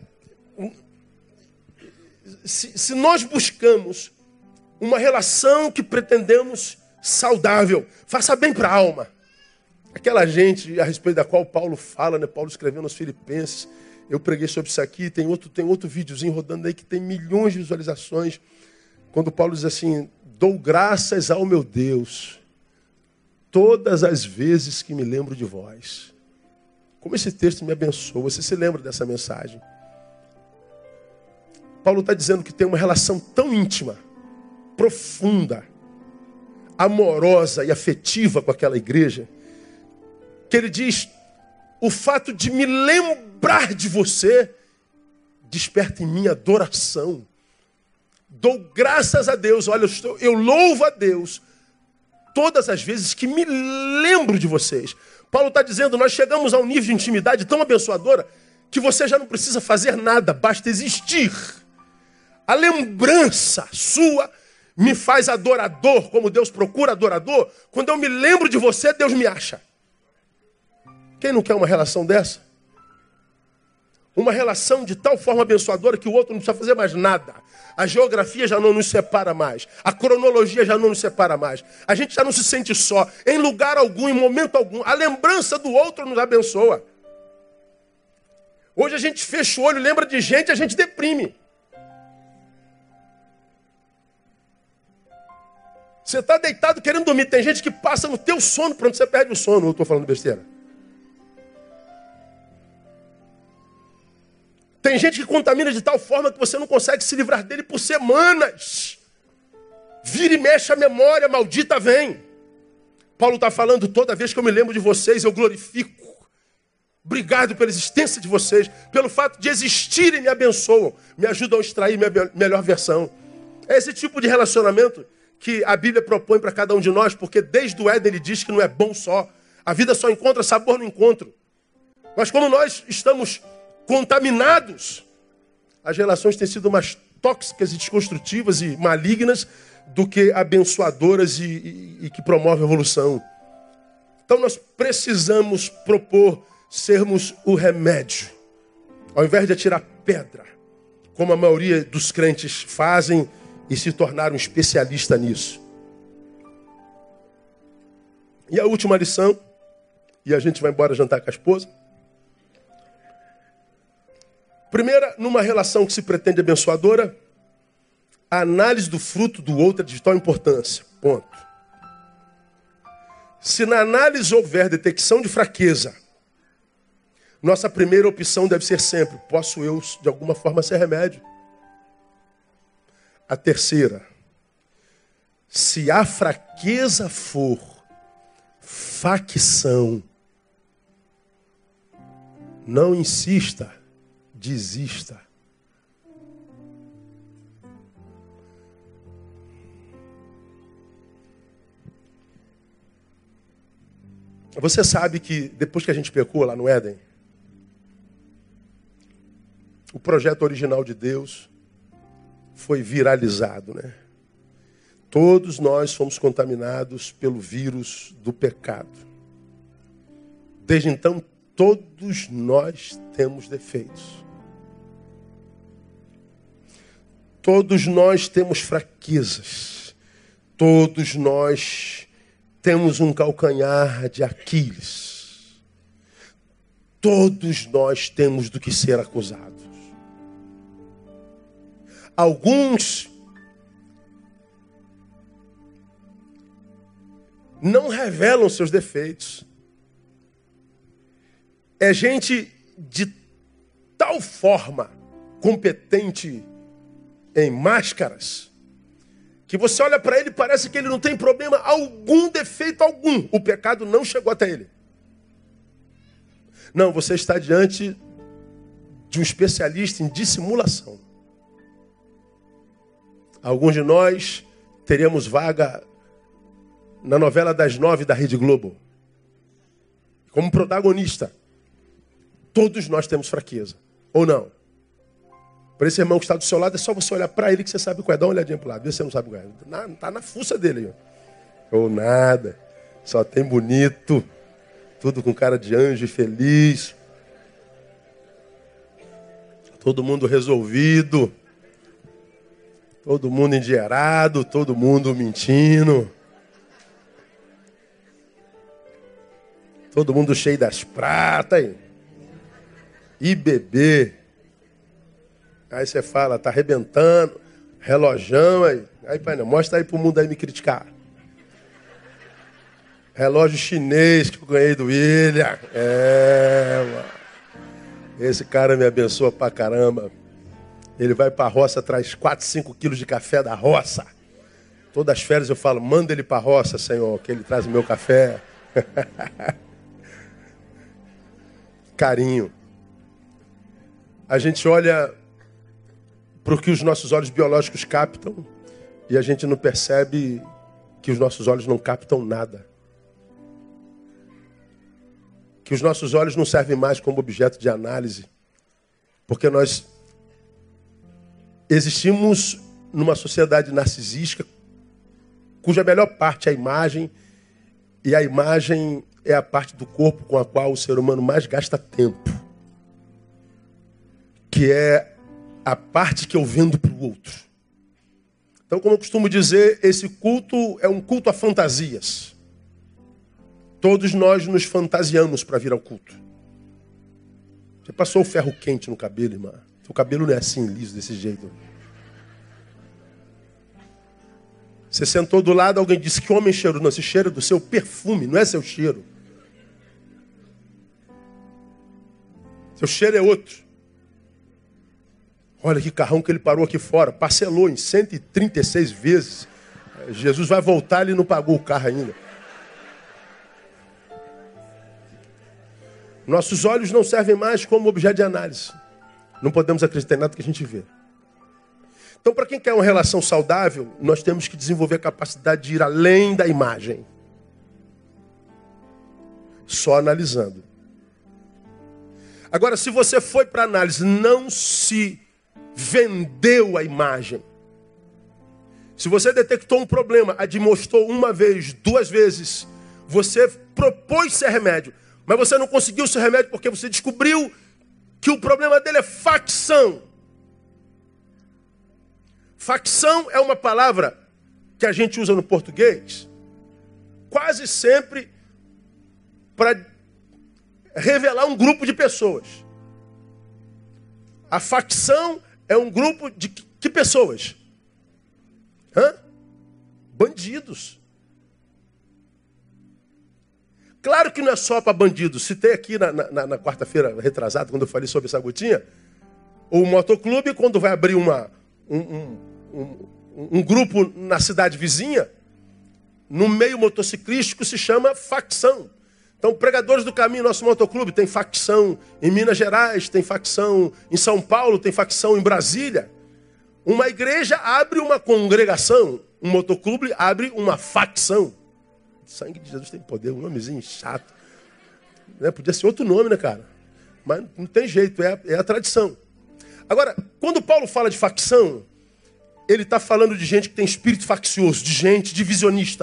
se, se nós buscamos uma relação que pretendemos saudável, faça bem para a alma. Aquela gente a respeito da qual Paulo fala, né? Paulo escreveu nos Filipenses. Eu preguei sobre isso aqui, tem outro, tem outro videozinho rodando aí que tem milhões de visualizações. Quando Paulo diz assim, dou graças ao meu Deus todas as vezes que me lembro de vós. Como esse texto me abençoa. Você se lembra dessa mensagem? Paulo está dizendo que tem uma relação tão íntima, profunda, amorosa e afetiva com aquela igreja, que ele diz, o fato de me lembrar de você desperta em mim adoração. Dou graças a Deus, olha, eu, estou, eu louvo a Deus todas as vezes que me lembro de vocês. Paulo está dizendo, nós chegamos a um nível de intimidade tão abençoadora que você já não precisa fazer nada, basta existir. A lembrança sua me faz adorador, como Deus procura adorador. Quando eu me lembro de você, Deus me acha. Quem não quer uma relação dessa? Uma relação de tal forma abençoadora que o outro não precisa fazer mais nada. A geografia já não nos separa mais. A cronologia já não nos separa mais. A gente já não se sente só. Em lugar algum, em momento algum. A lembrança do outro nos abençoa. Hoje a gente fecha o olho, lembra de gente, a gente deprime. Você está deitado querendo dormir. Tem gente que passa no teu sono, pronto, você perde o sono. Eu estou falando besteira. Tem gente que contamina de tal forma que você não consegue se livrar dele por semanas. Vira e mexe a memória, maldita vem. Paulo está falando, toda vez que eu me lembro de vocês, eu glorifico. Obrigado pela existência de vocês, pelo fato de existirem, me abençoam, me ajudam a extrair minha melhor versão. É esse tipo de relacionamento que a Bíblia propõe para cada um de nós, porque desde o Éden ele diz que não é bom só. A vida só encontra sabor no encontro. Mas como nós estamos contaminados, as relações têm sido mais tóxicas e desconstrutivas e malignas do que abençoadoras e, e, e que promovem a evolução. Então nós precisamos propor sermos o remédio, ao invés de atirar pedra, como a maioria dos crentes fazem e se tornaram especialistas nisso. E a última lição, e a gente vai embora jantar com a esposa. Primeira, numa relação que se pretende abençoadora, a análise do fruto do outro é de vital importância. Ponto. Se na análise houver detecção de fraqueza, nossa primeira opção deve ser sempre, posso eu, de alguma forma, ser remédio? A terceira, se a fraqueza for facção, não insista, desista. Você sabe que depois que a gente pecou lá no Éden, o projeto original de Deus foi viralizado, né? Todos nós fomos contaminados pelo vírus do pecado. Desde então, todos nós temos defeitos. Todos nós temos fraquezas. Todos nós temos um calcanhar de Aquiles. Todos nós temos do que ser acusados. Alguns não revelam seus defeitos. É gente de tal forma competente em máscaras que você olha para ele e parece que ele não tem problema algum, defeito algum. O pecado não chegou até ele. Não, você está diante de um especialista em dissimulação. Alguns de nós teríamos vaga na novela das nove da Rede Globo. Como protagonista. Todos nós temos fraqueza. Ou não? Para esse irmão que está do seu lado, é só você olhar para ele que você sabe qual é. Dá uma olhadinha para o lado. Vê se você não sabe qual é. Está na fuça dele. Ó. Ou nada. Só tem bonito. Tudo com cara de anjo e feliz. Todo mundo resolvido. Todo mundo endinheirado. Todo mundo mentindo. Todo mundo cheio das pratas. Aí. E bebê. Aí você fala, tá arrebentando, relojão aí. Aí, pai, não, mostra aí pro mundo aí me criticar. Relógio chinês que eu ganhei do William. É, mano. Esse cara me abençoa pra caramba. Ele vai pra roça, traz quatro, cinco quilos de café da roça. Todas as férias eu falo, manda ele pra roça, Senhor, que ele traz o meu café. Carinho. A gente olha para o que os nossos olhos biológicos captam e a gente não percebe que os nossos olhos não captam nada. Que os nossos olhos não servem mais como objeto de análise. Porque nós existimos numa sociedade narcisística, cuja melhor parte é a imagem, e a imagem é a parte do corpo com a qual o ser humano mais gasta tempo. Que é a parte que eu vendo para o outro. Então, como eu costumo dizer, esse culto é um culto a fantasias. Todos nós nos fantasiamos para vir ao culto. Você passou o ferro quente no cabelo, irmã? O cabelo não é assim, liso, desse jeito. Você sentou do lado, alguém disse que homem cheiro. Não, esse cheiro é do seu perfume, não é seu cheiro. Seu cheiro é outro. Olha que carrão que ele parou aqui fora. Parcelou em cento e trinta e seis vezes. Jesus vai voltar, ele não pagou o carro ainda. Nossos olhos não servem mais como objeto de análise. Não podemos acreditar em nada que a gente vê. Então, para quem quer uma relação saudável, nós temos que desenvolver a capacidade de ir além da imagem. Só analisando. Agora, se você foi para análise, não se vendeu a imagem. Se você detectou um problema, admoestou uma vez, duas vezes, você propôs ser remédio, mas você não conseguiu ser remédio porque você descobriu que o problema dele é facção. Facção é uma palavra que a gente usa no português quase sempre para revelar um grupo de pessoas. A facção é um grupo de que pessoas? Hã? Bandidos. Claro que não é só para bandidos. Citei aqui na, na, na quarta-feira retrasada, quando eu falei sobre essa gotinha, o motoclube, quando vai abrir uma, um, um, um, um grupo na cidade vizinha, no meio motociclístico se chama facção. Então, Pregadores do Caminho, nosso motoclube, tem facção em Minas Gerais, tem facção em São Paulo, tem facção em Brasília. Uma igreja abre uma congregação, um motoclube abre uma facção. O sangue de Jesus tem poder, um nomezinho chato. Né? Podia ser outro nome, né, cara? Mas não tem jeito, é a, é a tradição. Agora, quando Paulo fala de facção, ele está falando de gente que tem espírito faccioso, de gente divisionista.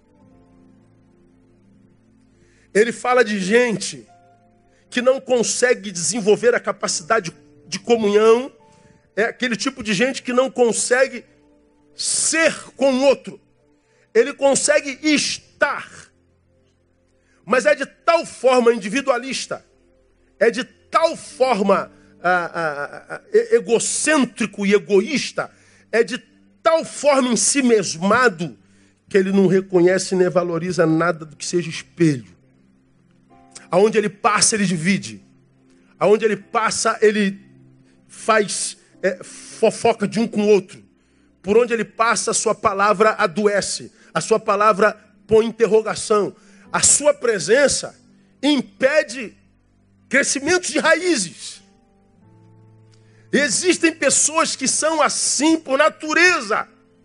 Ele fala de gente que não consegue desenvolver a capacidade de comunhão. É aquele tipo de gente que não consegue ser com o outro. Ele consegue estar. Mas é de tal forma individualista. É de tal forma ah, ah, ah, egocêntrico e egoísta. É de tal forma em si mesmado que ele não reconhece nem valoriza nada do que seja espelho. Aonde ele passa, ele divide. Aonde ele passa, ele faz é, fofoca de um com o outro. Por onde ele passa, a sua palavra adoece. A sua palavra põe interrogação. A sua presença impede crescimento de raízes. Existem pessoas que são assim por natureza.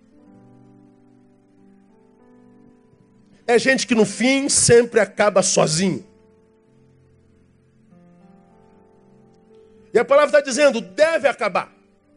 É gente que no fim sempre acaba sozinho. E a palavra está dizendo, deve acabar.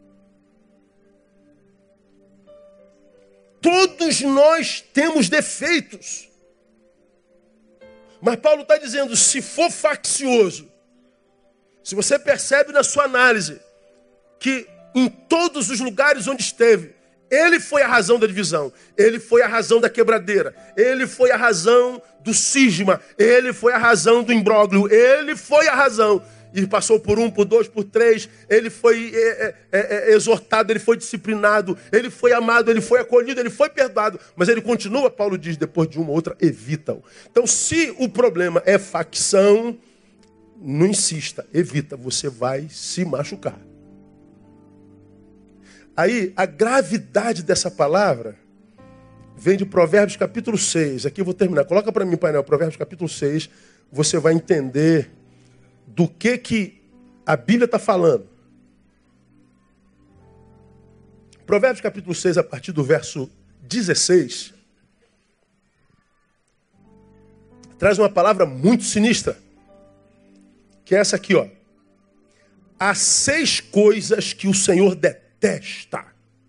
Todos nós temos defeitos. Mas Paulo está dizendo, se for faccioso, se você percebe na sua análise que em todos os lugares onde esteve, ele foi a razão da divisão, ele foi a razão da quebradeira, ele foi a razão do cisma, ele foi a razão do imbróglio, ele foi a razão. E passou por um, por dois, por três, ele foi é, é, é, exortado, ele foi disciplinado, ele foi amado, ele foi acolhido, ele foi perdoado. Mas ele continua, Paulo diz, depois de uma ou outra, evita-o. Então, se o problema é facção, não insista, evita, você vai se machucar. Aí, a gravidade dessa palavra vem de Provérbios capítulo seis. Aqui eu vou terminar. Coloca para mim, painel, Provérbios capítulo seis, você vai entender do que, que a Bíblia está falando. Provérbios capítulo seis, a partir do verso dezesseis, traz uma palavra muito sinistra, que é essa aqui, ó. Há seis coisas que o Senhor detesta.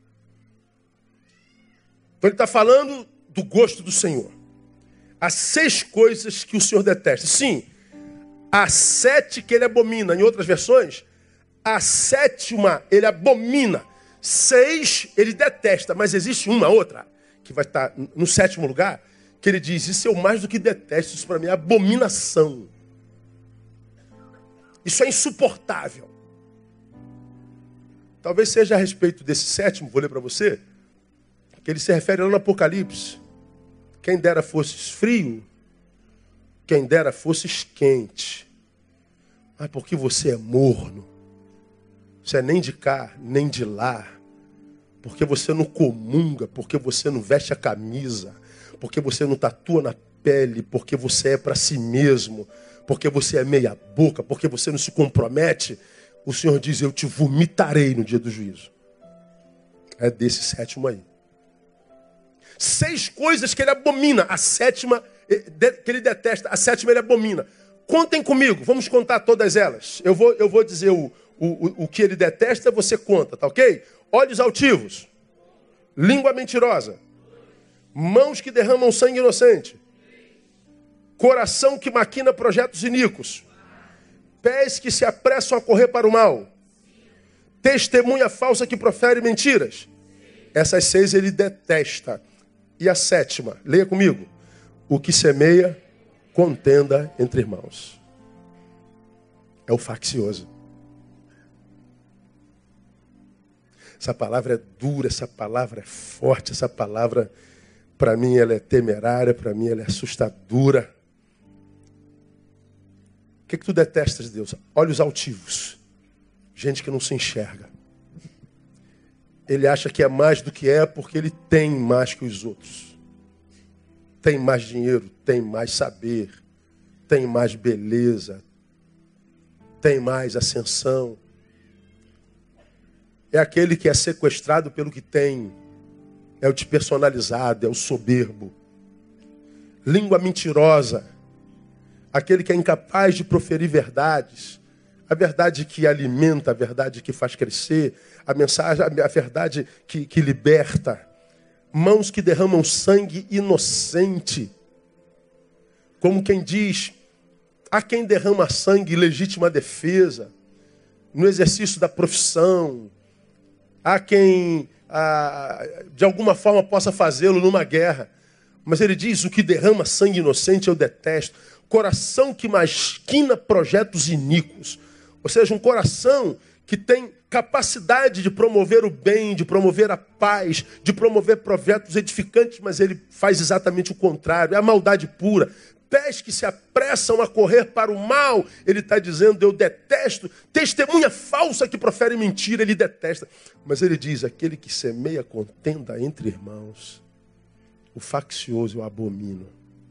Então ele está falando do gosto do Senhor. Há seis coisas que o Senhor detesta. Sim, há sete que ele abomina. Em outras versões, a sétima ele abomina. Seis ele detesta, mas existe uma outra, que vai estar no sétimo lugar, que ele diz, isso eu mais do que detesto, isso para mim é abominação. Isso é insuportável. Talvez seja a respeito desse sétimo, vou ler para você, que ele se refere lá no Apocalipse. Quem dera fosses frio, quem dera fosses quente. Mas porque você é morno, você é nem de cá, nem de lá. Porque você não comunga, porque você não veste a camisa, porque você não tatua na pele, porque você é para si mesmo, porque você é meia boca, porque você não se compromete. O Senhor diz, eu te vomitarei no dia do juízo. É desse sétimo aí. Seis coisas que ele abomina. A sétima que ele detesta. A sétima ele abomina. Contem comigo. Vamos contar todas elas. Eu vou, eu vou dizer o, o, o que ele detesta, você conta, tá ok? Olhos altivos. Língua mentirosa. Mãos que derramam sangue inocente. Coração que maquina projetos iníquos. Pés que se apressam a correr para o mal. Testemunha falsa que profere mentiras. Essas seis ele detesta. E a sétima, leia comigo. O que semeia contenda entre irmãos. É o faccioso. Essa palavra é dura, essa palavra é forte, essa palavra, para mim, ela é temerária, para mim, ela é assustadora. O que, que tu detestas, Deus? Olhos altivos. Gente que não se enxerga. Ele acha que é mais do que é porque ele tem mais que os outros. Tem mais dinheiro, tem mais saber, tem mais beleza, tem mais ascensão. É aquele que é sequestrado pelo que tem. É o despersonalizado, é o soberbo. Língua mentirosa. Aquele que é incapaz de proferir verdades. A verdade que alimenta, a verdade que faz crescer, a mensagem, a verdade que, que liberta. Mãos que derramam sangue inocente. Como quem diz, há quem derrama sangue em legítima defesa, no exercício da profissão. Há quem, ah, de alguma forma, possa fazê-lo numa guerra. Mas ele diz, o que derrama sangue inocente eu detesto. Coração que maquina projetos iníquos. Ou seja, um coração que tem capacidade de promover o bem, de promover a paz, de promover projetos edificantes, mas ele faz exatamente o contrário. É a maldade pura. Pés que se apressam a correr para o mal, ele está dizendo, eu detesto. Testemunha falsa que profere mentira, ele detesta. Mas ele diz, aquele que semeia contenda entre irmãos, o faccioso eu abomino.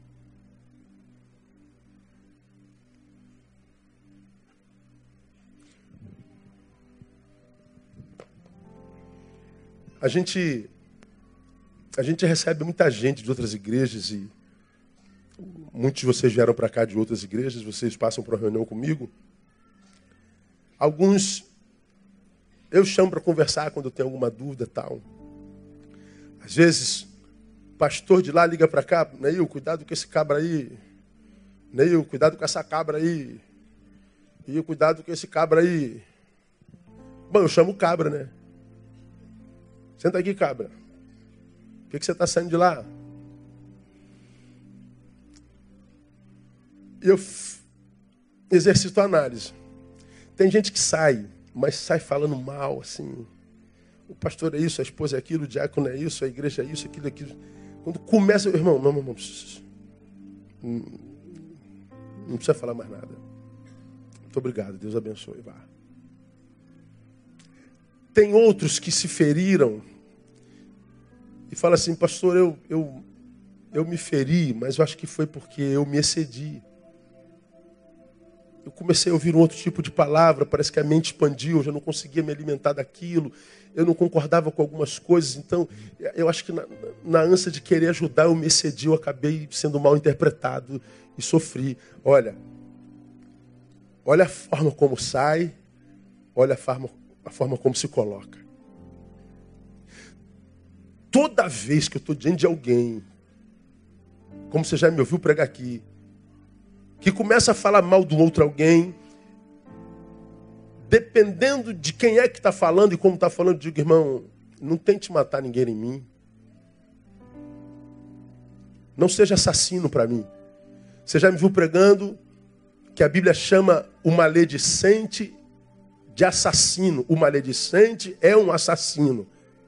A gente, a gente recebe muita gente de outras igrejas e muitos de vocês vieram para cá de outras igrejas, vocês passam por uma reunião comigo. Alguns eu chamo para conversar quando eu tenho alguma dúvida e tal. Às vezes, o pastor de lá liga para cá, Neil, cuidado com esse cabra aí. Neil, cuidado com essa cabra aí. E cuidado com esse cabra aí. Bom, eu chamo cabra, né? Senta aqui, cabra. Por que, que você está saindo de lá? Eu exercito a análise. Tem gente que sai, mas sai falando mal, assim. O pastor é isso, a esposa é aquilo, o diácono é isso, a igreja é isso, aquilo, aquilo. Quando começa, irmão, não, não, não. Não, não precisa falar mais nada. Muito obrigado, Deus abençoe. Vá. Tem outros que se feriram e falam assim, pastor, eu, eu, eu me feri, mas eu acho que foi porque eu me excedi. Eu comecei a ouvir um outro tipo de palavra, parece que a mente expandiu, eu já não conseguia me alimentar daquilo, eu não concordava com algumas coisas, então eu acho que na, na ânsia de querer ajudar, eu me excedi, eu acabei sendo mal interpretado e sofri. Olha, olha a forma como sai, olha a forma, a forma como se coloca. Toda vez que eu estou diante de alguém, como você já me ouviu pregar aqui, que começa a falar mal do outro alguém, dependendo de quem é que está falando e como está falando, eu digo, irmão, não tente matar ninguém em mim. Não seja assassino para mim. Você já me viu pregando que a Bíblia chama o maledicente de assassino. O maledicente é um assassino.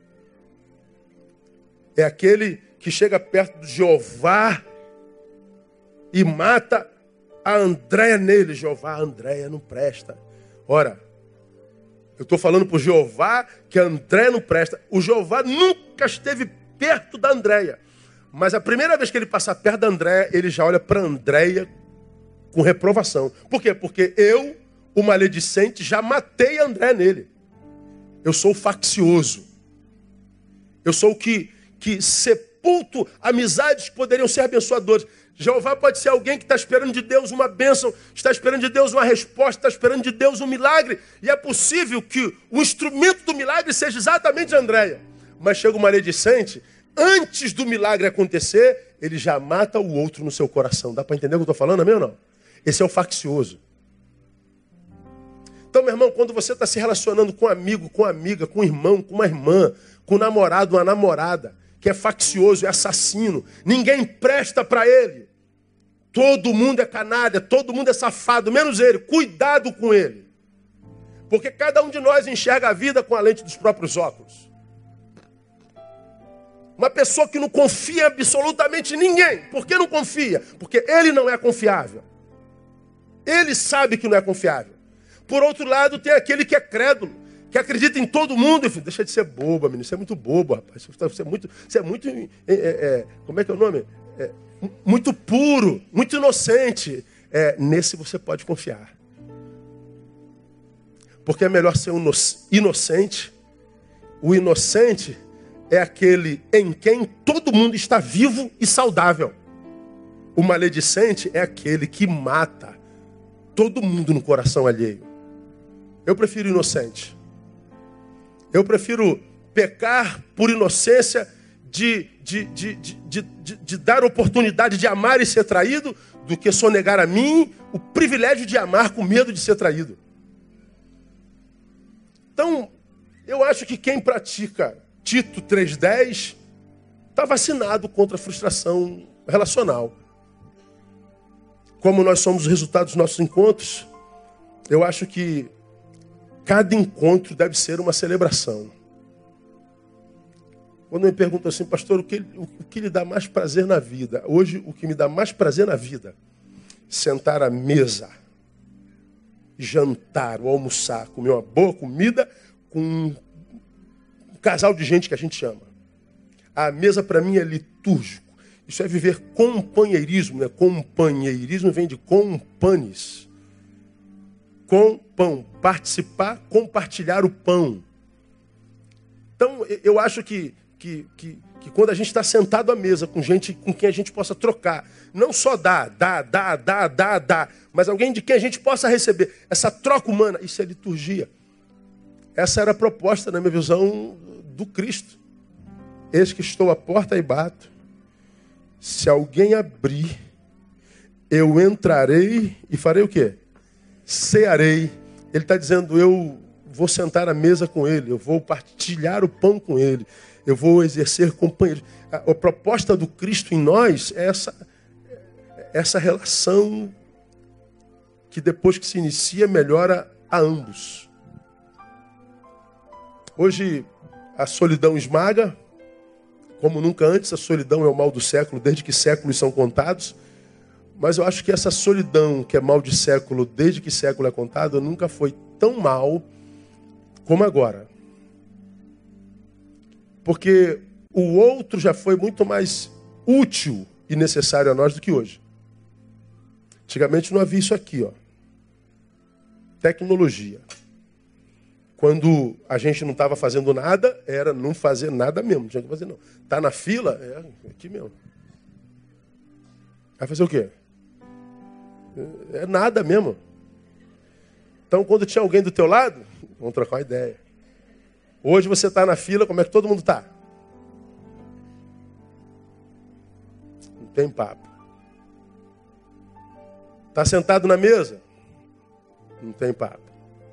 É aquele que chega perto de Jeová e mata a Andréia nele. Jeová, a Andréia não presta. Ora, eu estou falando para o Jeová que a Andréia não presta. O Jeová nunca esteve perto da Andréia. Mas a primeira vez que ele passa perto da Andréia, ele já olha para a Andréia com reprovação. Por quê? Porque eu, o maledicente, já matei a Andréia nele. Eu sou o faccioso. Eu sou o que, que sepulto amizades que poderiam ser abençoadoras. Jeová pode ser alguém que está esperando de Deus uma bênção, está esperando de Deus uma resposta, está esperando de Deus um milagre. E é possível que o instrumento do milagre seja exatamente a Andréia. Mas chega o maledicente, antes do milagre acontecer, ele já mata o outro no seu coração. Dá para entender o que eu estou falando, amém ou não? Esse é o faccioso. Então, meu irmão, quando você está se relacionando com um amigo, com uma amiga, com um irmão, com uma irmã, com um namorado, uma namorada, que é faccioso, é assassino, ninguém presta para ele. Todo mundo é canalha, todo mundo é safado, menos ele. Cuidado com ele. Porque cada um de nós enxerga a vida com a lente dos próprios óculos. Uma pessoa que não confia em absolutamente ninguém. Por que não confia? Porque ele não é confiável. Ele sabe que não é confiável. Por outro lado, tem aquele que é crédulo, que acredita em todo mundo. Enfim, deixa de ser boba, menino. Você é muito bobo, rapaz. Você é muito... Você é muito é, é, é, como é que é o nome? É, muito puro, muito inocente. É, nesse você pode confiar. Porque é melhor ser um inocente. O inocente é aquele em quem todo mundo está vivo e saudável. O maledicente é aquele que mata todo mundo no coração alheio. Eu prefiro inocente. Eu prefiro pecar por inocência de, de, de, de, de, de, de dar oportunidade de amar e ser traído do que sonegar a mim o privilégio de amar com medo de ser traído. Então, eu acho que quem pratica Tito três dez está vacinado contra a frustração relacional. Como nós somos o resultado dos nossos encontros, eu acho que cada encontro deve ser uma celebração. Quando me perguntam assim, pastor, o que, o que lhe dá mais prazer na vida? Hoje, o que me dá mais prazer na vida, sentar à mesa, jantar ou almoçar, comer uma boa comida com um casal de gente que a gente ama. A mesa para mim é litúrgico. Isso é viver companheirismo, né? Companheirismo vem de companes. Com pão, participar, compartilhar o pão. Então, eu acho que, que, que, que quando a gente está sentado à mesa com gente com quem a gente possa trocar, não só dar, dar, dar, dar, dar, dar, mas alguém de quem a gente possa receber, essa troca humana, isso é liturgia. Essa era a proposta, na minha visão, do Cristo. Eis que estou à porta e bato. Se alguém abrir, eu entrarei e farei o quê? Cearei. Ele está dizendo, eu vou sentar à mesa com ele, eu vou partilhar o pão com ele, eu vou exercer companheirismo. A, a proposta do Cristo em nós é essa, essa relação que depois que se inicia, melhora a ambos. Hoje a solidão esmaga, como nunca antes, a solidão é o mal do século, desde que séculos são contados. Mas eu acho que essa solidão, que é mal de século, desde que século é contado, nunca foi tão mal como agora. Porque o outro já foi muito mais útil e necessário a nós do que hoje. Antigamente não havia isso aqui, ó. tecnologia. Quando a gente não estava fazendo nada, era não fazer nada mesmo. Não tinha que fazer, não. Tá na fila? É aqui mesmo. Vai fazer o quê? É nada mesmo. Então, quando tinha alguém do teu lado, vamos trocar uma ideia. Hoje você está na fila, como é que todo mundo está? Não tem papo. Está sentado na mesa? Não tem papo.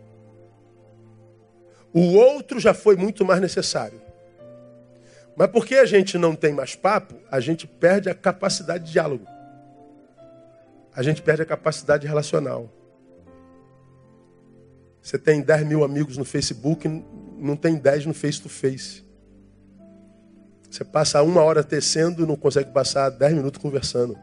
O outro já foi muito mais necessário. Mas porque a gente não tem mais papo, a gente perde a capacidade de diálogo. A gente perde a capacidade relacional. Você tem dez mil amigos no Facebook, não tem dez no face-to-face. Você passa uma hora tecendo e não consegue passar dez minutos conversando.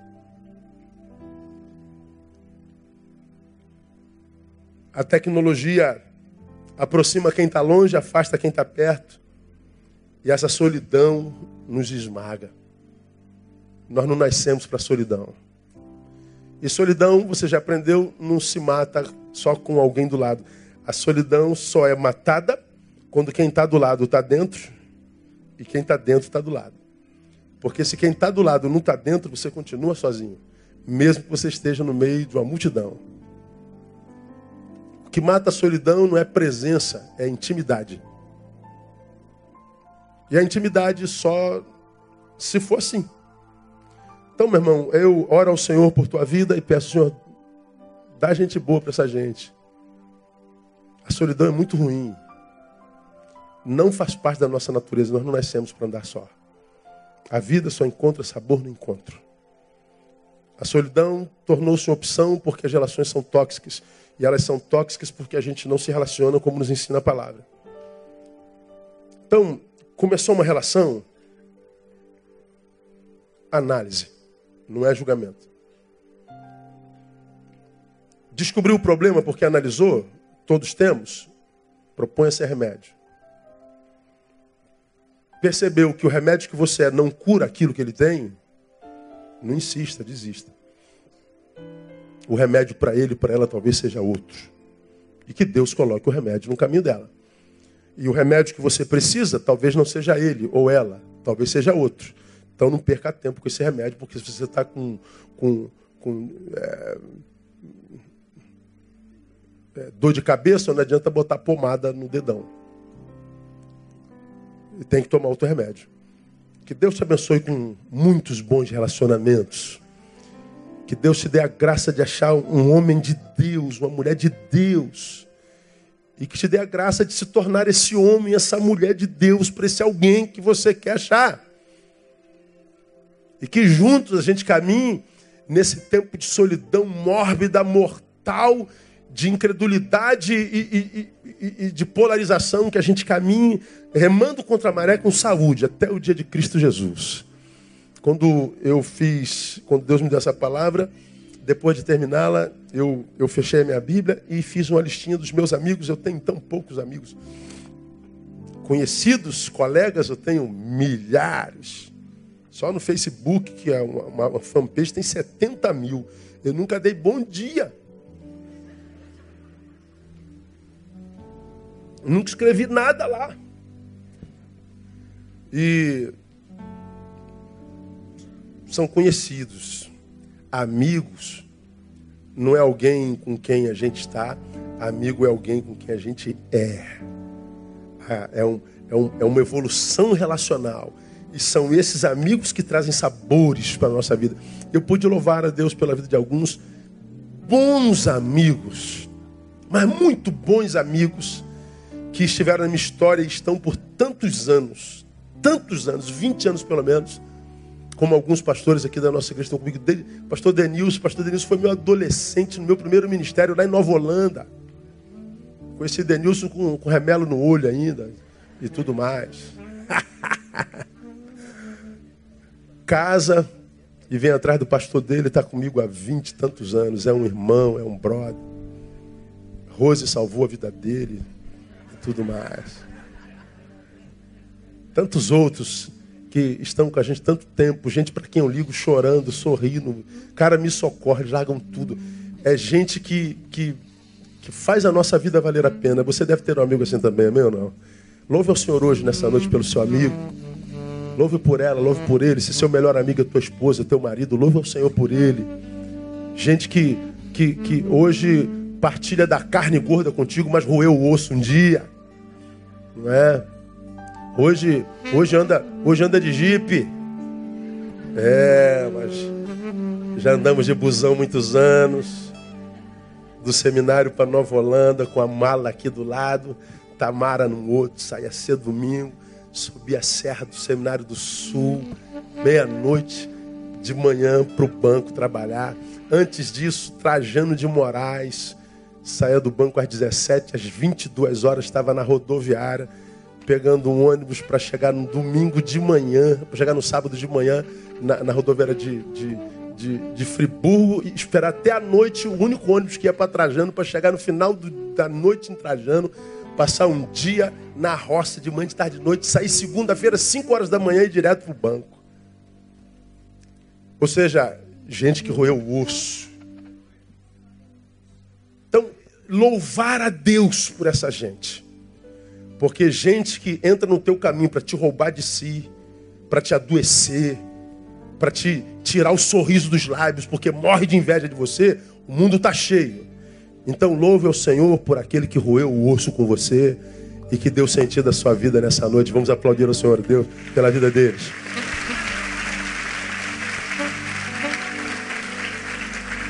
A tecnologia aproxima quem está longe, afasta quem está perto. E essa solidão nos esmaga. Nós não nascemos para a solidão. E solidão, você já aprendeu, não se mata só com alguém do lado. A solidão só é matada quando quem está do lado está dentro e quem está dentro está do lado. Porque se quem está do lado não está dentro, você continua sozinho. Mesmo que você esteja no meio de uma multidão. O que mata a solidão não é presença, é intimidade. E a intimidade só se for assim. Então, meu irmão, eu oro ao Senhor por tua vida e peço, Senhor, dá gente boa para essa gente. A solidão é muito ruim. Não faz parte da nossa natureza, nós não nascemos para andar só. A vida só encontra sabor no encontro. A solidão tornou-se uma opção porque as relações são tóxicas. E elas são tóxicas porque a gente não se relaciona como nos ensina a palavra. Então, começou uma relação, análise, não é julgamento. Descobriu o problema porque analisou, todos temos, proponha-se remédio. Percebeu que o remédio que você é não cura aquilo que ele tem, não insista, desista. O remédio para ele e para ela talvez seja outro. E que Deus coloque o remédio no caminho dela. E o remédio que você precisa talvez não seja ele ou ela, talvez seja outro. Então não perca tempo com esse remédio, porque se você está com, com, com é, é, dor de cabeça, não adianta botar pomada no dedão. E tem que tomar outro remédio. Que Deus te abençoe com muitos bons relacionamentos. Que Deus te dê a graça de achar um homem de Deus, uma mulher de Deus. E que te dê a graça de se tornar esse homem, essa mulher de Deus, para esse alguém que você quer achar. E que juntos a gente caminhe nesse tempo de solidão mórbida, mortal, de incredulidade e, e, e, e de polarização, que a gente caminhe remando contra a maré com saúde, até o dia de Cristo Jesus. Quando eu fiz, quando Deus me deu essa palavra, depois de terminá-la, eu, eu fechei a minha Bíblia e fiz uma listinha dos meus amigos. Eu tenho tão poucos amigos. Conhecidos, colegas, eu tenho milhares. Só no Facebook, que é uma, uma, uma fanpage, tem setenta mil. Eu nunca dei bom dia. Nunca escrevi nada lá. E são conhecidos, amigos. Não é alguém com quem a gente está, amigo é alguém com quem a gente é. É, um, é, um, é uma evolução relacional. E são esses amigos que trazem sabores para a nossa vida. Eu pude louvar a Deus pela vida de alguns bons amigos, mas muito bons amigos, que estiveram na minha história e estão por tantos anos, tantos anos, vinte anos pelo menos, como alguns pastores aqui da nossa igreja estão comigo. Pastor Denilson, pastor Denilson foi meu adolescente no meu primeiro ministério lá em Nova Holanda. Conheci Denilson com, com remelo no olho ainda e tudo mais. Casa e vem atrás do pastor dele, está comigo há vinte e tantos anos. É um irmão, é um brother. Rose salvou a vida dele e tudo mais. Tantos outros que estão com a gente tanto tempo, gente para quem eu ligo chorando, sorrindo, cara, me socorre, largam tudo. É gente que, que, que faz a nossa vida valer a pena. Você deve ter um amigo assim também, amém ou não? Louve ao Senhor hoje, nessa noite, pelo seu amigo. Louve por ela, louve por ele. Se seu melhor amigo é tua esposa, teu marido, louve ao Senhor por ele. Gente que, que, que hoje partilha da carne gorda contigo, mas roeu o osso um dia. Não é? Hoje, hoje, anda, hoje anda de jipe. É, mas já andamos de busão muitos anos. Do seminário para Nova Holanda, com a mala aqui do lado, Tamara no outro, saía cedo domingo, subia a serra do Seminário do Sul, meia-noite, de manhã para o banco trabalhar. Antes disso, Trajano de Moraes, saía do banco às dezessete, às vinte e duas horas, estava na rodoviária, pegando um ônibus para chegar no domingo de manhã, para chegar no sábado de manhã, na, na rodoviária de, de, de, de Friburgo, e esperar até a noite o único ônibus que ia para Trajano, para chegar no final do, da noite em Trajano, passar um dia na roça, de manhã, de tarde, de noite, sair segunda-feira, cinco horas da manhã e ir direto para o banco. Ou seja, gente que roeu o osso. Então, louvar a Deus por essa gente. Porque gente que entra no teu caminho para te roubar de si, para te adoecer, para te tirar o sorriso dos lábios, porque morre de inveja de você, o mundo está cheio. Então louve ao Senhor por aquele que roeu o osso com você e que deu sentido à sua vida nessa noite. Vamos aplaudir ao Senhor Deus pela vida deles.